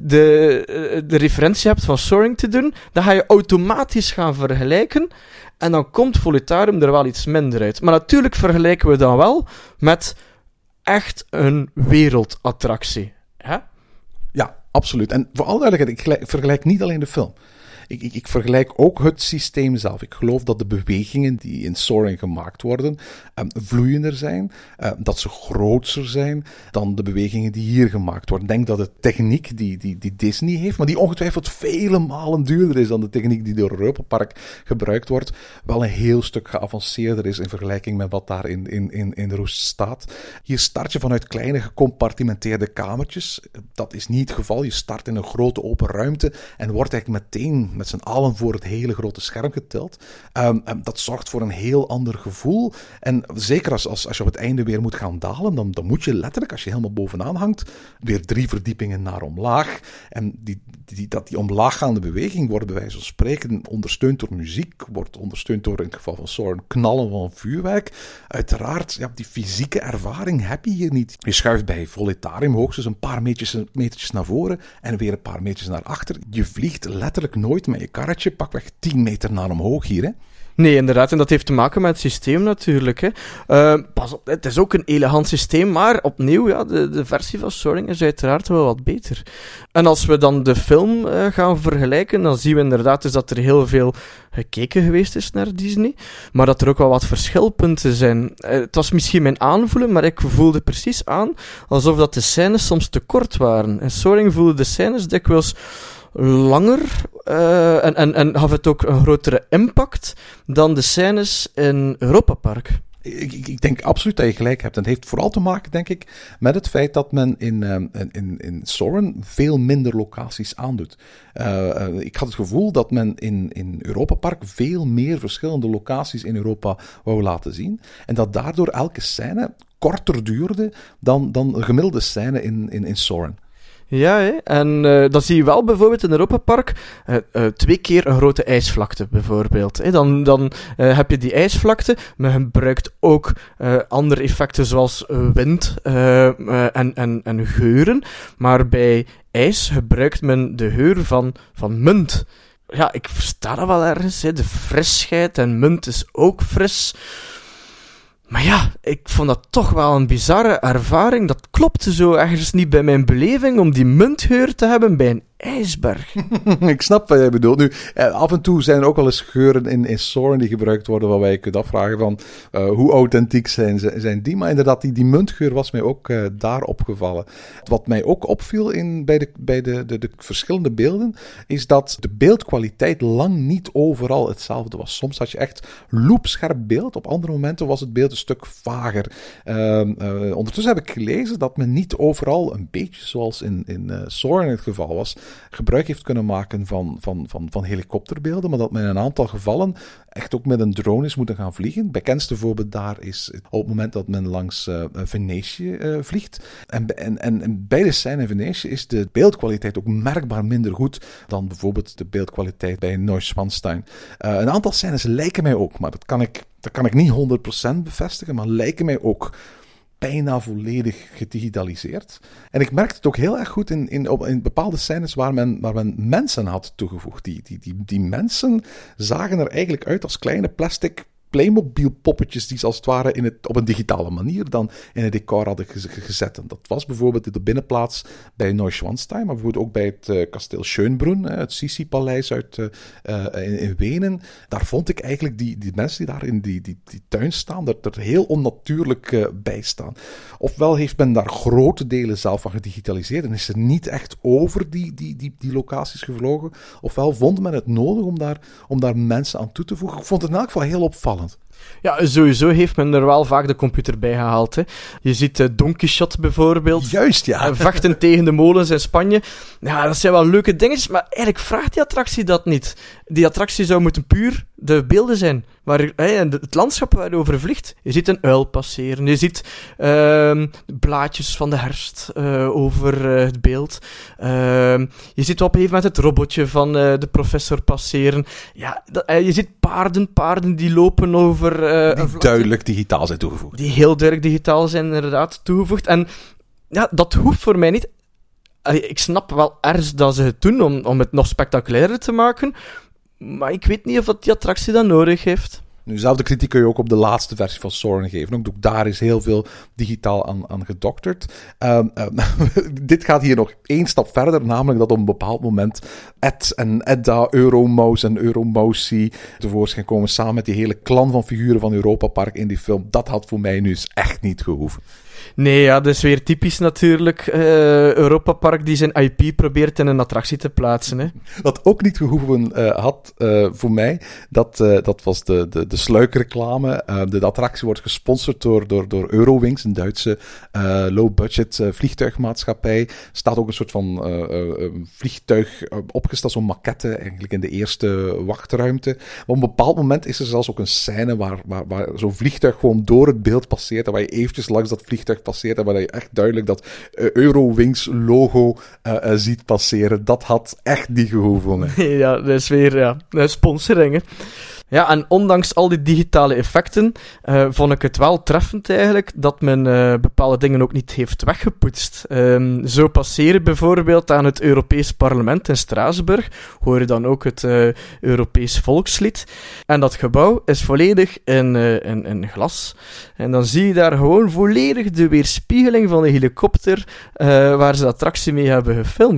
de, de referentie hebt van Soaring te doen, dan ga je automatisch gaan vergelijken. En dan komt Voletarium er wel iets minder uit. Maar natuurlijk vergelijken we dan wel met echt een wereldattractie. Hè? Ja, absoluut. En voor alle duidelijkheid, ik vergelijk niet alleen de film. Ik, ik, ik vergelijk ook het systeem zelf. Ik geloof dat de bewegingen die in Soaring gemaakt worden um, vloeiender zijn, uh, dat ze grootser zijn dan de bewegingen die hier gemaakt worden. Ik denk dat de techniek die, die, die Disney heeft, maar die ongetwijfeld vele malen duurder is dan de techniek die door Europa Park gebruikt wordt, wel een heel stuk geavanceerder is in vergelijking met wat daar in, in, in, in de roest staat. Hier start je vanuit kleine gecompartimenteerde kamertjes. Dat is niet het geval. Je start in een grote open ruimte en wordt eigenlijk meteen met z'n allen voor het hele grote scherm getild. Um, um, dat zorgt voor een heel ander gevoel. En zeker als, als, als je op het einde weer moet gaan dalen, dan, dan moet je letterlijk, als je helemaal bovenaan hangt, weer drie verdiepingen naar omlaag. En die, die, dat die omlaaggaande beweging wordt bij wijze van spreken ondersteund door muziek, wordt ondersteund door, in het geval van Soaring, knallen van vuurwerk. Uiteraard, ja, die fysieke ervaring heb je hier niet. Je schuift bij Voletarium hoogstens een paar metertjes, metertjes naar voren en weer een paar metertjes naar achter. Je vliegt letterlijk nooit met je karretje pakweg tien meter naar omhoog hier, hè? Nee, inderdaad. En dat heeft te maken met het systeem natuurlijk. Hè. Uh, pas op, het is ook een elegant systeem, maar opnieuw, ja, de, de versie van Soaring is uiteraard wel wat beter. En als we dan de film uh, gaan vergelijken, dan zien we inderdaad dus dat er heel veel gekeken geweest is naar Disney, maar dat er ook wel wat verschilpunten zijn. Uh, het was misschien mijn aanvoelen, maar ik voelde precies aan alsof dat de scènes soms te kort waren. En Soaring voelde de scènes dikwijls langer uh, en, en, en had het ook een grotere impact dan de scènes in Europa Park. Ik, ik, ik denk absoluut dat je gelijk hebt. En het heeft vooral te maken, denk ik, met het feit dat men in, um, in, in Soarin' veel minder locaties aandoet. Uh, uh, ik had het gevoel dat men in, in Europa Park veel meer verschillende locaties in Europa wou laten zien. En dat daardoor elke scène korter duurde dan, dan een gemiddelde scène in, in, in Soarin'. Ja, hè? En uh, dat zie je wel bijvoorbeeld in Europa Park. Uh, uh, twee keer een grote ijsvlakte, bijvoorbeeld. Hè? Dan, dan uh, heb je die ijsvlakte. Men gebruikt ook uh, andere effecten zoals uh, wind uh, uh, en, en, en geuren. Maar bij ijs gebruikt men de geur van, van munt. Ja, ik versta dat wel ergens. Hè? De frisheid en munt is ook fris. Maar ja, ik vond dat toch wel een bizarre ervaring. Dat klopte zo ergens niet bij mijn beleving om die muntgeur te hebben bij een ijsberg. Ik snap wat jij bedoelt. Nu, eh, af en toe zijn er ook wel eens geuren in, in Soarin' die gebruikt worden, waarbij je kunt afvragen van uh, hoe authentiek zijn, zijn die. Maar inderdaad, die, die muntgeur was mij ook uh, daar opgevallen. Wat mij ook opviel in, bij, de, bij de, de, de verschillende beelden, is dat de beeldkwaliteit lang niet overal hetzelfde was. Soms had je echt loepscherp beeld, op andere momenten was het beeld een stuk vager. Uh, uh, ondertussen heb ik gelezen dat men niet overal, een beetje zoals in, in uh, Soarin' het geval was, gebruik heeft kunnen maken van, van, van, van helikopterbeelden, maar dat men in een aantal gevallen echt ook met een drone is moeten gaan vliegen. Bekendste voorbeeld daar is op het moment dat men langs uh, Venetië uh, vliegt. En, en, en, en bij de scène in Venetië is de beeldkwaliteit ook merkbaar minder goed dan bijvoorbeeld de beeldkwaliteit bij Neuschwanstein. Uh, een aantal scènes lijken mij ook, maar dat kan ik, dat kan ik niet honderd procent bevestigen, maar lijken mij ook bijna volledig gedigitaliseerd. En ik merkte het ook heel erg goed in, in, in bepaalde scènes waar men, waar men mensen had toegevoegd. Die, die, die, die mensen zagen er eigenlijk uit als kleine plastic Playmobil-poppetjes die ze als het ware in het, op een digitale manier dan in het decor hadden gezet. En dat was bijvoorbeeld in de binnenplaats bij Neuschwanstein, maar bijvoorbeeld ook bij het uh, kasteel Schönbrunn, het Sisi-paleis uit, uh, uh, in, in Wenen. Daar vond ik eigenlijk die, die mensen die daar in die, die, die tuin staan, dat er heel onnatuurlijk uh, bij staan. Ofwel heeft men daar grote delen zelf van gedigitaliseerd en is er niet echt over die, die, die, die locaties gevlogen. Ofwel vond men het nodig om daar, om daar mensen aan toe te voegen. Ik vond het in elk geval heel opvallend. Ja, sowieso heeft men er wel vaak de computer bij gehaald. Hè. Je ziet uh, Don Quixote bijvoorbeeld. Juist, ja. Uh, vechten tegen de molens in Spanje. Ja, dat zijn wel leuke dingetjes, maar eigenlijk vraagt die attractie dat niet. Die attractie zou moeten puur de beelden zijn. Waar, hey, het landschap waar je over vliegt. Je ziet een uil passeren. Je ziet uh, blaadjes van de herfst uh, over uh, het beeld. Uh, je ziet op een gegeven moment het robotje van uh, de professor passeren. Ja, dat, uh, je ziet paarden, paarden die lopen over... Uh, die duidelijk digitaal zijn toegevoegd. Die heel duidelijk digitaal zijn inderdaad toegevoegd. En ja, dat hoeft voor mij niet. Ik snap wel ergens dat ze het doen om, om het nog spectaculairder te maken. Maar ik weet niet of dat die attractie dat nodig heeft. Nu, dezelfde kritiek kun je ook op de laatste versie van Soarin' geven. Ook daar is heel veel digitaal aan, aan gedokterd. Um, um, dit gaat hier nog één stap verder, namelijk dat op een bepaald moment Ed en Edda, Euromouse en Euromousie tevoorschijn komen samen met die hele clan van figuren van Europa Park in die film. Dat had voor mij nu eens echt niet gehoeven. Nee, ja, dat is weer typisch natuurlijk. Uh, Europa Park die zijn I P probeert in een attractie te plaatsen. Hè. Wat ook niet gehoeven uh, had uh, voor mij, dat, uh, dat was de, de, de sluikreclame. Uh, de, de attractie wordt gesponsord door, door, door Eurowings, een Duitse uh, low-budget uh, vliegtuigmaatschappij. Er staat ook een soort van uh, uh, vliegtuig uh, opgesteld, zo'n maquette, eigenlijk in de eerste wachtruimte. Maar op een bepaald moment is er zelfs ook een scène waar, waar, waar zo'n vliegtuig gewoon door het beeld passeert en waar je eventjes langs dat vliegtuig passeert en waar je echt duidelijk dat uh, Eurowings logo uh, uh, ziet passeren. Dat had echt niet gehoeven. Ja, dat is weer ja, sponsoring. Hè. Ja, en ondanks al die digitale effecten uh, vond ik het wel treffend eigenlijk dat men uh, bepaalde dingen ook niet heeft weggepoetst. Um, zo passeren bijvoorbeeld aan het Europees Parlement in Straatsburg, hoor je dan ook het uh, Europees Volkslied. En dat gebouw is volledig in, uh, in, in glas. En dan zie je daar gewoon volledig de weerspiegeling van de helikopter uh, waar ze de attractie mee hebben gefilmd.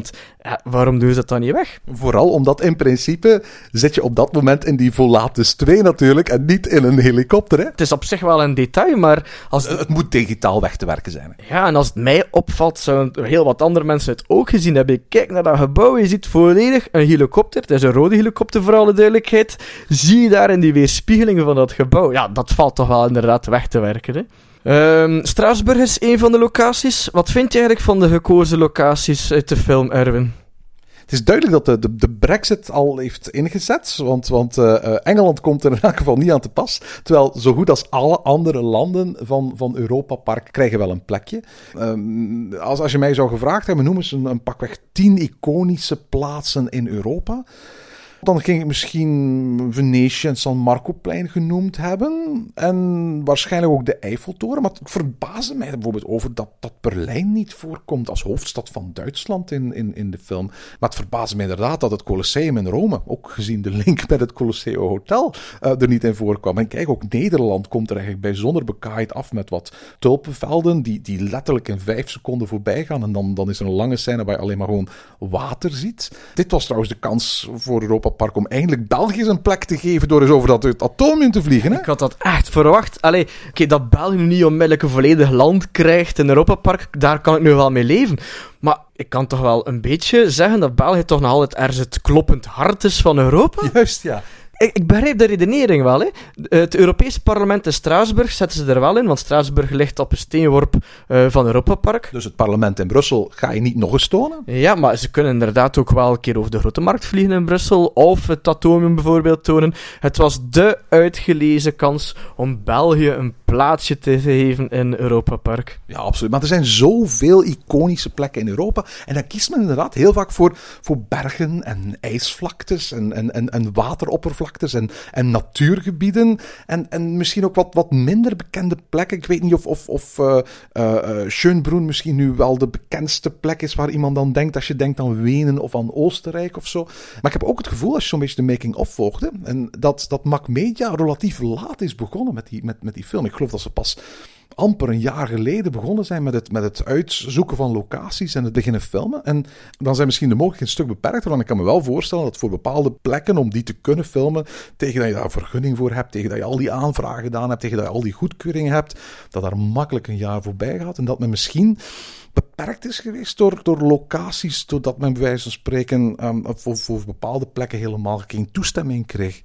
Ja, waarom doen ze dat dan niet weg? Vooral omdat in principe zit je op dat moment in die Volatus twee natuurlijk en niet in een helikopter. Hè? Het is op zich wel een detail, maar... Als... Het moet digitaal weg te werken zijn. Hè? Ja, en als het mij opvalt, zouden heel wat andere mensen het ook gezien hebben. Kijk naar dat gebouw, je ziet volledig een helikopter. Het is een rode helikopter, voor alle duidelijkheid. Zie je daar in die weerspiegelingen van dat gebouw? Ja, dat valt toch wel inderdaad weg te werken, hè? Um, Straatsburg is een van de locaties. Wat vind je eigenlijk van de gekozen locaties uit de film, Erwin? Het is duidelijk dat de, de, de Brexit al heeft ingezet, want, want uh, Engeland komt er in elk geval niet aan te pas. Terwijl zo goed als alle andere landen van, van Europa Park krijgen wel een plekje. Um, als, als je mij zou gevraagd hebben, noem eens een, een pakweg tien iconische plaatsen in Europa. Dan ging ik misschien Venetië en San Marcoplein genoemd hebben. En waarschijnlijk ook de Eiffeltoren. Maar het verbaasde mij bijvoorbeeld over dat, dat Berlijn niet voorkomt als hoofdstad van Duitsland in, in, in de film. Maar het verbaasde mij inderdaad dat het Colosseum in Rome, ook gezien de link met het Colosseo Hotel, uh, er niet in voorkwam. En kijk, ook Nederland komt er eigenlijk bijzonder bekaaid af met wat tulpenvelden die, die letterlijk in vijf seconden voorbij gaan. En dan, dan is er een lange scène waar je alleen maar gewoon water ziet. Dit was trouwens de kans voor Europa Park om eindelijk België een plek te geven door eens over dat atomium te vliegen. Hè? Ik had dat echt verwacht. Allee, okay, dat België nu niet onmiddellijk een volledig land krijgt in Europa Park, daar kan ik nu wel mee leven. Maar ik kan toch wel een beetje zeggen dat België toch nog altijd ergens het kloppend hart is van Europa? Juist, ja. Ik, ik begrijp de redenering wel. Hè. Het Europese parlement in Straatsburg zetten ze er wel in, want Straatsburg ligt op een steenworp uh, van Europa Park. Dus het parlement in Brussel ga je niet nog eens tonen? Ja, maar ze kunnen inderdaad ook wel een keer over de Grote Markt vliegen in Brussel, of het atomium bijvoorbeeld tonen. Het was dé uitgelezen kans om België een plaatsje te geven in Europa Park. Ja, absoluut. Maar er zijn zoveel iconische plekken in Europa. En dan kiest men inderdaad heel vaak voor, voor bergen en ijsvlaktes en, en, en, en wateroppervlaktes. En, en natuurgebieden. En, en misschien ook wat, wat minder bekende plekken. Ik weet niet of, of, of uh, uh, Schönbrunn misschien nu wel de bekendste plek is waar iemand dan denkt als je denkt aan Wenen of aan Oostenrijk of zo. Maar ik heb ook het gevoel, als je zo'n beetje de making-of volgde, en dat, dat Mac Media relatief laat is begonnen met die, met, met die film. Ik geloof dat ze pas amper een jaar geleden begonnen zijn met het, met het uitzoeken van locaties en het beginnen filmen. En dan zijn misschien de mogelijkheden een stuk beperkter, want ik kan me wel voorstellen dat voor bepaalde plekken, om die te kunnen filmen, tegen dat je daar een vergunning voor hebt, tegen dat je al die aanvragen gedaan hebt, tegen dat je al die goedkeuringen hebt, dat daar makkelijk een jaar voorbij gaat. En dat men misschien beperkt is geweest door, door locaties, doordat men bij wijze van spreken um, voor, voor bepaalde plekken helemaal geen toestemming kreeg.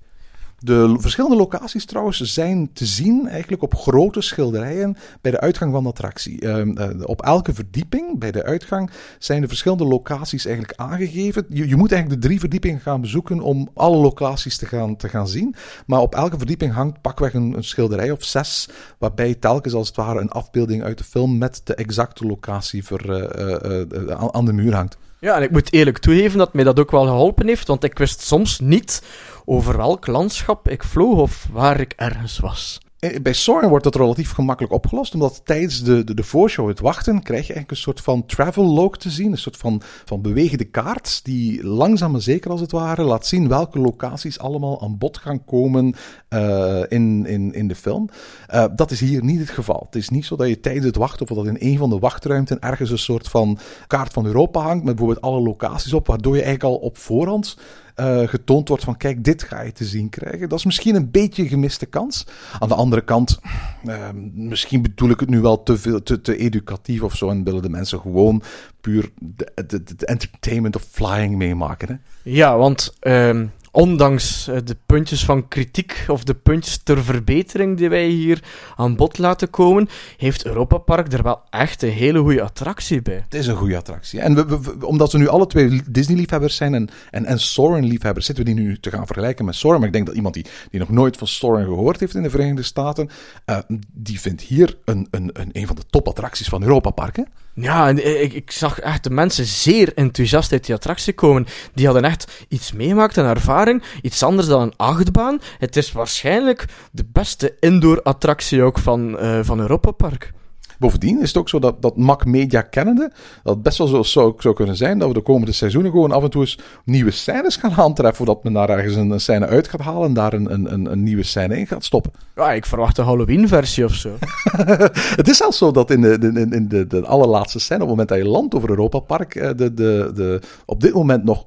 De verschillende locaties trouwens zijn te zien eigenlijk op grote schilderijen bij de uitgang van de attractie. Uh, uh, op elke verdieping bij de uitgang zijn de verschillende locaties eigenlijk aangegeven. Je, je moet eigenlijk de drie verdiepingen gaan bezoeken om alle locaties te gaan, te gaan zien. Maar op elke verdieping hangt pakweg een, een schilderij of zes, waarbij telkens als het ware een afbeelding uit de film met de exacte locatie voor, uh, uh, uh, aan, aan de muur hangt. Ja, en ik moet eerlijk toegeven dat mij dat ook wel geholpen heeft, want ik wist soms niet over welk landschap ik vloog of waar ik ergens was. Bij Soarin' wordt dat relatief gemakkelijk opgelost, omdat tijdens de, de, de voorshow, het wachten, krijg je eigenlijk een soort van travel-log te zien, een soort van, van bewegende kaart, die langzaam maar zeker als het ware laat zien welke locaties allemaal aan bod gaan komen uh, in, in, in de film. Uh, dat is hier niet het geval. Het is niet zo dat je tijdens het wachten, of dat in een van de wachtruimten ergens een soort van kaart van Europa hangt, met bijvoorbeeld alle locaties op, waardoor je eigenlijk al op voorhand Uh, getoond wordt van, kijk, dit ga je te zien krijgen. Dat is misschien een beetje een gemiste kans. Aan de andere kant, uh, misschien bedoel ik het nu wel te veel, te, te educatief of zo, en willen de mensen gewoon puur de, de, de entertainment of flying meemaken. Hè? Ja, want Um... ondanks de puntjes van kritiek of de puntjes ter verbetering die wij hier aan bod laten komen, heeft Europa Park er wel echt een hele goede attractie bij. Het is een goede attractie. En we, we, we, omdat we nu alle twee Disney-liefhebbers zijn en, en, en Soarin'-liefhebbers, zitten we die nu te gaan vergelijken met Soarin'. Maar ik denk dat iemand die, die nog nooit van Soarin' gehoord heeft in de Verenigde Staten, uh, die vindt hier een, een, een, een van de topattracties van Europa Park, hè? Ja, en ik, ik zag echt de mensen zeer enthousiast uit die attractie komen. Die hadden echt iets meegemaakt, een ervaring, iets anders dan een achtbaan. Het is waarschijnlijk de beste indoor-attractie ook van, uh, van Europa Park. Bovendien is het ook zo dat, dat Mac Media kennende, dat het best wel zo zou, zou kunnen zijn dat we de komende seizoenen gewoon af en toe eens nieuwe scènes gaan aantreffen, voordat men daar ergens een, een scène uit gaat halen en daar een, een, een nieuwe scène in gaat stoppen. Ja, ik verwacht een Halloween-versie of zo. Het is zelfs zo dat in de, de, in de, de allerlaatste scène, op het moment dat je landt over Europa Park, de, de, de, op dit moment nog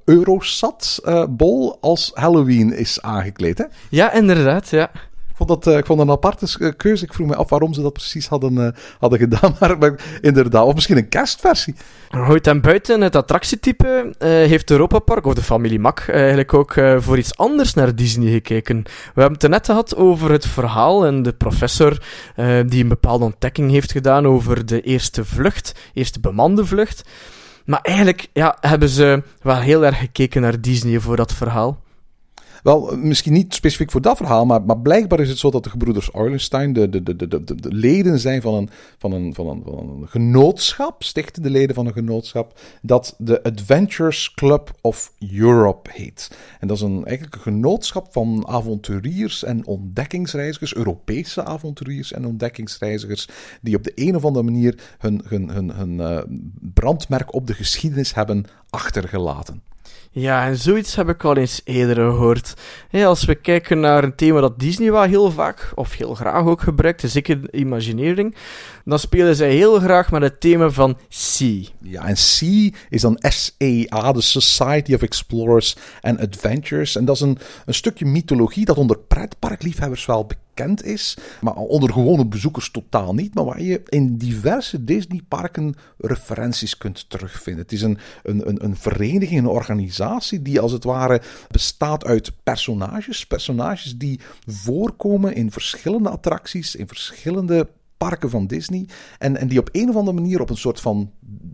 Eurosat-bol uh, als Halloween is aangekleed. Hè? Ja, inderdaad, ja. Ik vond, dat, uh, ik vond dat een aparte keuze. Ik vroeg me af waarom ze dat precies hadden, uh, hadden gedaan. Maar, maar inderdaad, of misschien een kerstversie. Goed, en buiten het attractietype uh, heeft Europa Park, of de familie Mac, uh, eigenlijk ook uh, voor iets anders naar Disney gekeken. We hebben het er net gehad over het verhaal en de professor uh, die een bepaalde ontdekking heeft gedaan over de eerste vlucht, eerste bemande vlucht. Maar eigenlijk ja, hebben ze wel heel erg gekeken naar Disney voor dat verhaal. Wel, misschien niet specifiek voor dat verhaal, maar, maar blijkbaar is het zo dat de gebroeders Eulenstein de, de, de, de, de, de leden zijn van een, van, een, van, een, van een genootschap, stichtende leden van een genootschap, dat de Adventures Club of Europe heet. En dat is een, eigenlijk een genootschap van avonturiers en ontdekkingsreizigers, Europese avonturiers en ontdekkingsreizigers, die op de een of andere manier hun, hun, hun, hun uh, brandmerk op de geschiedenis hebben achtergelaten. Ja, en zoiets heb ik al eens eerder gehoord. Hey, als we kijken naar een thema dat Disney wel heel vaak, of heel graag ook gebruikt, zeker Imagineering, dan spelen zij heel graag met het thema van Sea. Ja, en Sea is dan S E A, de Society of Explorers and Adventures. En dat is een, een stukje mythologie dat onder pretparkliefhebbers wel bekend is, maar onder gewone bezoekers totaal niet, maar waar je in diverse Disneyparken referenties kunt terugvinden. Het is een, een, een, een vereniging, een organisatie die als het ware bestaat uit personages, personages die voorkomen in verschillende attracties, in verschillende parken van Disney, en, en die op een of andere manier op een soort van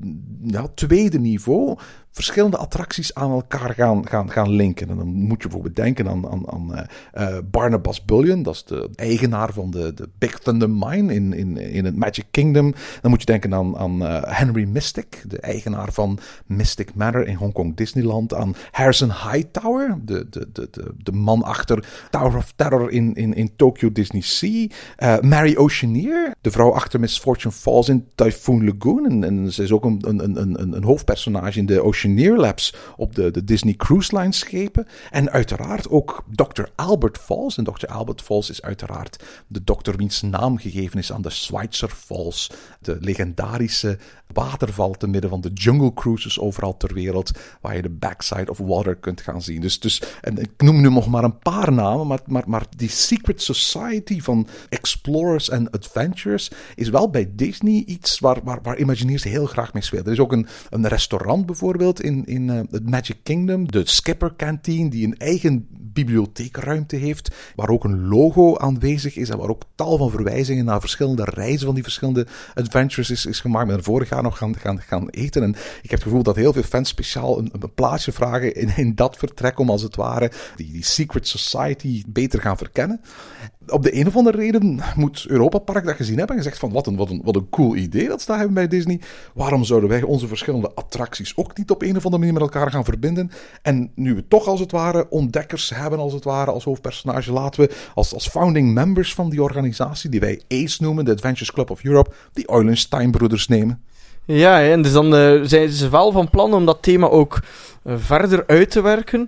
ja, tweede niveau verschillende attracties aan elkaar gaan, gaan, gaan linken. En dan moet je bijvoorbeeld denken aan, aan, aan uh, uh, Barnabas Bullion, dat is de eigenaar van de, de Big Thunder Mine in, in, in het Magic Kingdom. Dan moet je denken aan, aan uh, Henry Mystic, de eigenaar van Mystic Manor in Hongkong Disneyland. Aan Harrison Hightower, de, de, de, de, de man achter Tower of Terror in, in, in Tokyo Disney Sea. Uh, Mary Oceaneer, de vrouw achter Miss Fortune Falls in Typhoon Lagoon. En, en ze is ook een, een, een, een, een hoofdpersonage in de Oceaneer Oceaneer Labs op de, de Disney Cruise Line schepen. En uiteraard ook dokter Albert Falls. En dokter Albert Falls is uiteraard de dokter wiens naam gegeven is aan de Schweitzer Falls. De legendarische waterval te midden van de Jungle Cruises overal ter wereld, waar je de backside of water kunt gaan zien. Dus, dus en ik noem nu nog maar een paar namen, maar, maar, maar die Secret Society van Explorers and Adventures is wel bij Disney iets waar, waar, waar Imagineers heel graag mee spelen. Er is ook een, een restaurant bijvoorbeeld in, in uh, het Magic Kingdom, de Skipper Canteen, die een eigen bibliotheekruimte heeft, waar ook een logo aanwezig is en waar ook tal van verwijzingen naar verschillende reizen van die verschillende adventures is, is gemaakt. Met vorig jaar nog gaan, gaan, gaan eten. En ik heb het gevoel dat heel veel fans speciaal een, een plaatsje vragen in, in dat vertrek om als het ware die, die Secret Society beter gaan verkennen. Op de een of andere reden moet Europa Park dat gezien hebben en gezegd van wat een, wat een, wat een cool idee dat ze daar hebben bij Disney. Waarom zouden wij onze verschillende attracties ook niet op een of andere manier met elkaar gaan verbinden? En nu we toch als het ware ontdekkers hebben als het ware als hoofdpersonage, laten we als, als founding members van die organisatie, die wij A C E noemen, de Adventures Club of Europe, die Eulenstein-broeders nemen. Ja, en dus dan uh, zijn ze wel van plan om dat thema ook uh, verder uit te werken.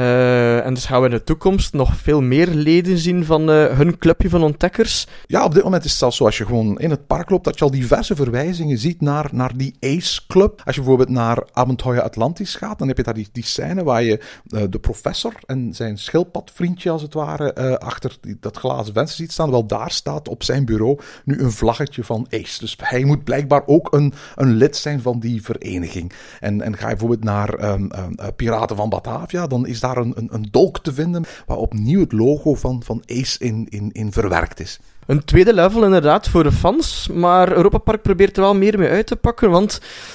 Uh, en dus gaan we in de toekomst nog veel meer leden zien van uh, hun clubje van ontdekkers. Ja, op dit moment is het zelfs zo, als je gewoon in het park loopt, dat je al diverse verwijzingen ziet naar, naar die A C E-club. Als je bijvoorbeeld naar Abenteuer Atlantis gaat, dan heb je daar die, die scène waar je uh, de professor en zijn schildpadvriendje, als het ware, uh, achter die, dat glazen venster ziet staan. Wel, daar staat op zijn bureau nu een vlaggetje van A C E. Dus hij moet blijkbaar ook een een lid zijn van die vereniging. En, en ga je bijvoorbeeld naar um, um, uh, Piraten van Batavia, dan is daar een, een, een dolk te vinden waar opnieuw het logo van, van A C E in, in, in verwerkt is. Een tweede level inderdaad voor de fans, maar Europa Park probeert er wel meer mee uit te pakken, want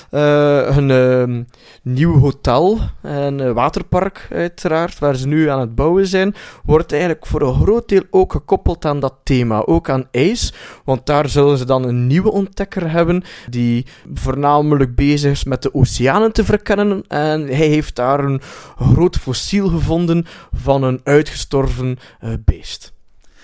uh, hun uh, nieuw hotel en uh, waterpark uiteraard, waar ze nu aan het bouwen zijn, wordt eigenlijk voor een groot deel ook gekoppeld aan dat thema, ook aan A C E, want daar zullen ze dan een nieuwe ontdekker hebben, die voornamelijk bezig is met de oceanen te verkennen, en hij heeft daar een groot fossiel gevonden van een uitgestorven uh, beest.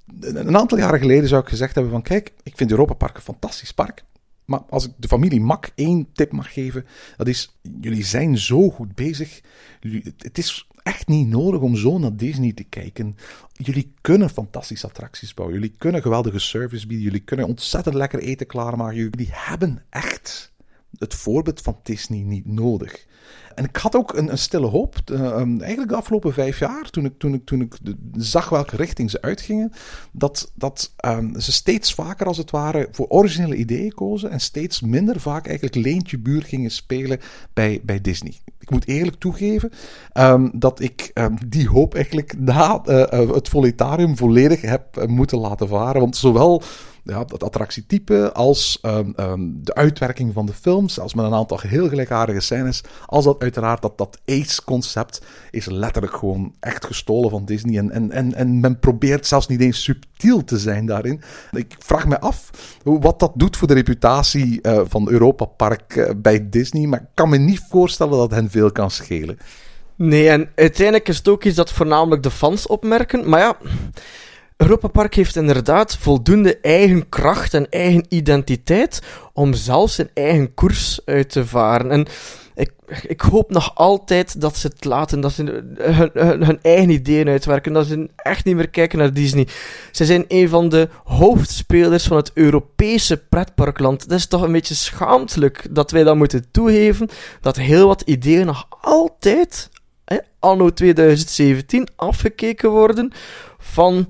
Een aantal jaren geleden zou ik gezegd hebben van, kijk, ik vind Europa Park een fantastisch park. Maar als ik de familie Mak één tip mag geven, dat is, jullie zijn zo goed bezig. Jullie, het is echt niet nodig om zo naar Disney te kijken. Jullie kunnen fantastische attracties bouwen. Jullie kunnen geweldige service bieden. Jullie kunnen ontzettend lekker eten klaarmaken. Jullie hebben echt het voorbeeld van Disney niet nodig. En ik had ook een, een stille hoop, uh, um, eigenlijk de afgelopen vijf jaar, toen ik, toen ik, toen ik de, zag welke richting ze uitgingen, dat, dat um, ze steeds vaker als het ware voor originele ideeën kozen en steeds minder vaak eigenlijk leentje buur gingen spelen bij, bij Disney. Ik moet eerlijk toegeven um, dat ik um, die hoop eigenlijk na uh, uh, het Voletarium volledig heb uh, moeten laten varen, want zowel ja, dat attractietype als um, um, de uitwerking van de films, zelfs met een aantal heel gelijkaardige scènes, als dat uiteraard dat, dat Ace-concept is letterlijk gewoon echt gestolen van Disney en, en, en, en men probeert zelfs niet eens subtiel te zijn daarin. Ik vraag me af wat dat doet voor de reputatie uh, van Europa Park uh, bij Disney, maar ik kan me niet voorstellen dat hen veel kan schelen. Nee, en uiteindelijk is het ook iets dat voornamelijk de fans opmerken, maar ja, Europa Park heeft inderdaad voldoende eigen kracht en eigen identiteit om zelfs zijn eigen koers uit te varen. En ik, ik hoop nog altijd dat ze het laten, dat ze hun, hun, hun eigen ideeën uitwerken, dat ze echt niet meer kijken naar Disney. Ze zijn een van de hoofdspelers van het Europese pretparkland. Dat is toch een beetje schaamtelijk dat wij dat moeten toegeven, dat heel wat ideeën nog altijd, hè, anno twintig zeventien, afgekeken worden van...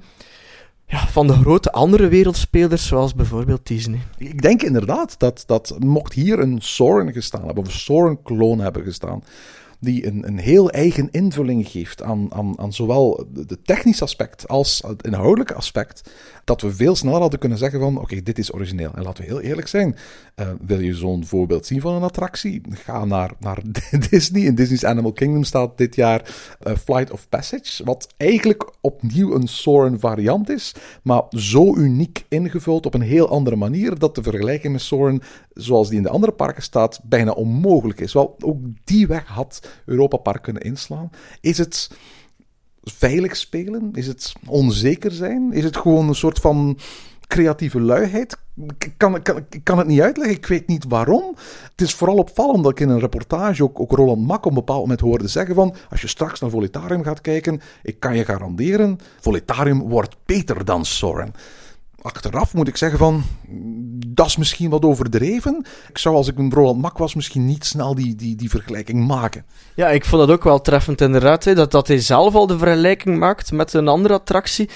Ja, van de grote andere wereldspelers, zoals bijvoorbeeld Disney. Ik denk inderdaad dat, dat mocht hier een Soarin' gestaan hebben, of een Soarin'-kloon hebben gestaan, die een, een heel eigen invulling geeft aan, aan, aan zowel het technisch aspect als het inhoudelijke aspect, dat we veel sneller hadden kunnen zeggen van, oké, okay, dit is origineel. En laten we heel eerlijk zijn, uh, wil je zo'n voorbeeld zien van een attractie? Ga naar, naar Disney. In Disney's Animal Kingdom staat dit jaar uh, Flight of Passage, wat eigenlijk opnieuw een Soarin' variant is, maar zo uniek ingevuld op een heel andere manier, dat de vergelijking met Soarin', zoals die in de andere parken staat, bijna onmogelijk is. Wel, ook die weg had Europa Park kunnen inslaan. Is het veilig spelen? Is het onzeker zijn? Is het gewoon een soort van creatieve luiheid? Ik kan, kan, ik kan het niet uitleggen. Ik weet niet waarom. Het is vooral opvallend dat ik in een reportage ook, ook Roland Mak op een bepaald moment hoorde zeggen van, als je straks naar Voletarium gaat kijken, ik kan je garanderen, Voletarium wordt beter dan Soarin'. Achteraf moet ik zeggen van, dat is misschien wat overdreven. Ik zou, als ik een Roland Mak was, misschien niet snel die, die, die vergelijking maken. Ja, ik vond dat ook wel treffend inderdaad, hè, dat, dat hij zelf al de vergelijking maakt met een andere attractie.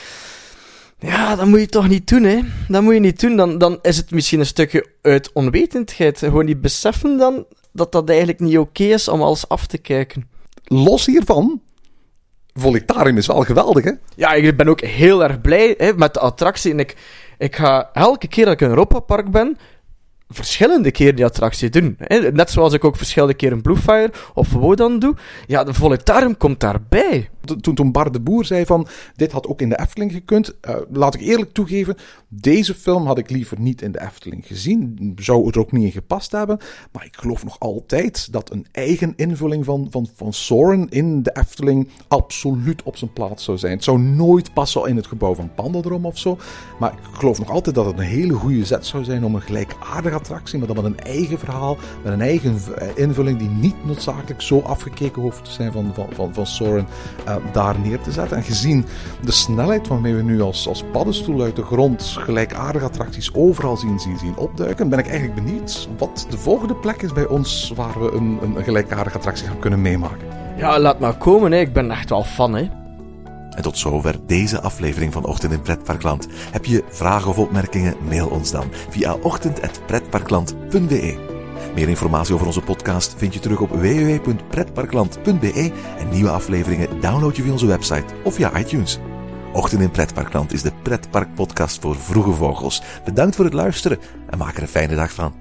Ja, dat moet je toch niet doen, hè. Dat moet je niet doen. Dan, dan is het misschien een stukje uit onwetendheid. Gewoon niet beseffen dan dat dat eigenlijk niet oké is om alles af te kijken. Los hiervan, Voletarium is wel geweldig, hè? Ja, ik ben ook heel erg blij hè, met de attractie. En ik, ik ga elke keer dat ik in Europa Park ben, verschillende keren die attractie doen. Hè. Net zoals ik ook verschillende keren een Bluefire of Wodan doe. Ja, de Voletarium komt daarbij. Toen, toen Bart de Boer zei van, dit had ook in de Efteling gekund. Uh, laat ik eerlijk toegeven, deze film had ik liever niet in de Efteling gezien. Zou het er ook niet in gepast hebben. Maar ik geloof nog altijd dat een eigen invulling van, van, van Soarin' in de Efteling absoluut op zijn plaats zou zijn. Het zou nooit passen in het gebouw van Pandadroom of zo. Maar ik geloof nog altijd dat het een hele goede zet zou zijn om een gelijkaardige attractie, maar dan met een eigen verhaal, met een eigen invulling die niet noodzakelijk zo afgekeken hoeft te zijn van, van, van, van Soarin', uh, daar neer te zetten. En gezien de snelheid waarmee we nu als, als paddenstoel uit de grond gelijkaardige attracties overal zien, zien, zien opduiken, ben ik eigenlijk benieuwd wat de volgende plek is bij ons waar we een, een gelijkaardige attractie gaan kunnen meemaken. Ja, laat maar komen, hè. Ik ben echt wel fan, hè. En tot zover deze aflevering van Ochtend in Pretparkland. Heb je vragen of opmerkingen? Mail ons dan via ochtend apenstaartje pretparkland punt b e. Meer informatie over onze podcast vind je terug op w w w punt pretparkland punt b e en nieuwe afleveringen download je via onze website of via iTunes. Ochtend in Pretparkland is de pretparkpodcast voor vroege vogels. Bedankt voor het luisteren en maak er een fijne dag van.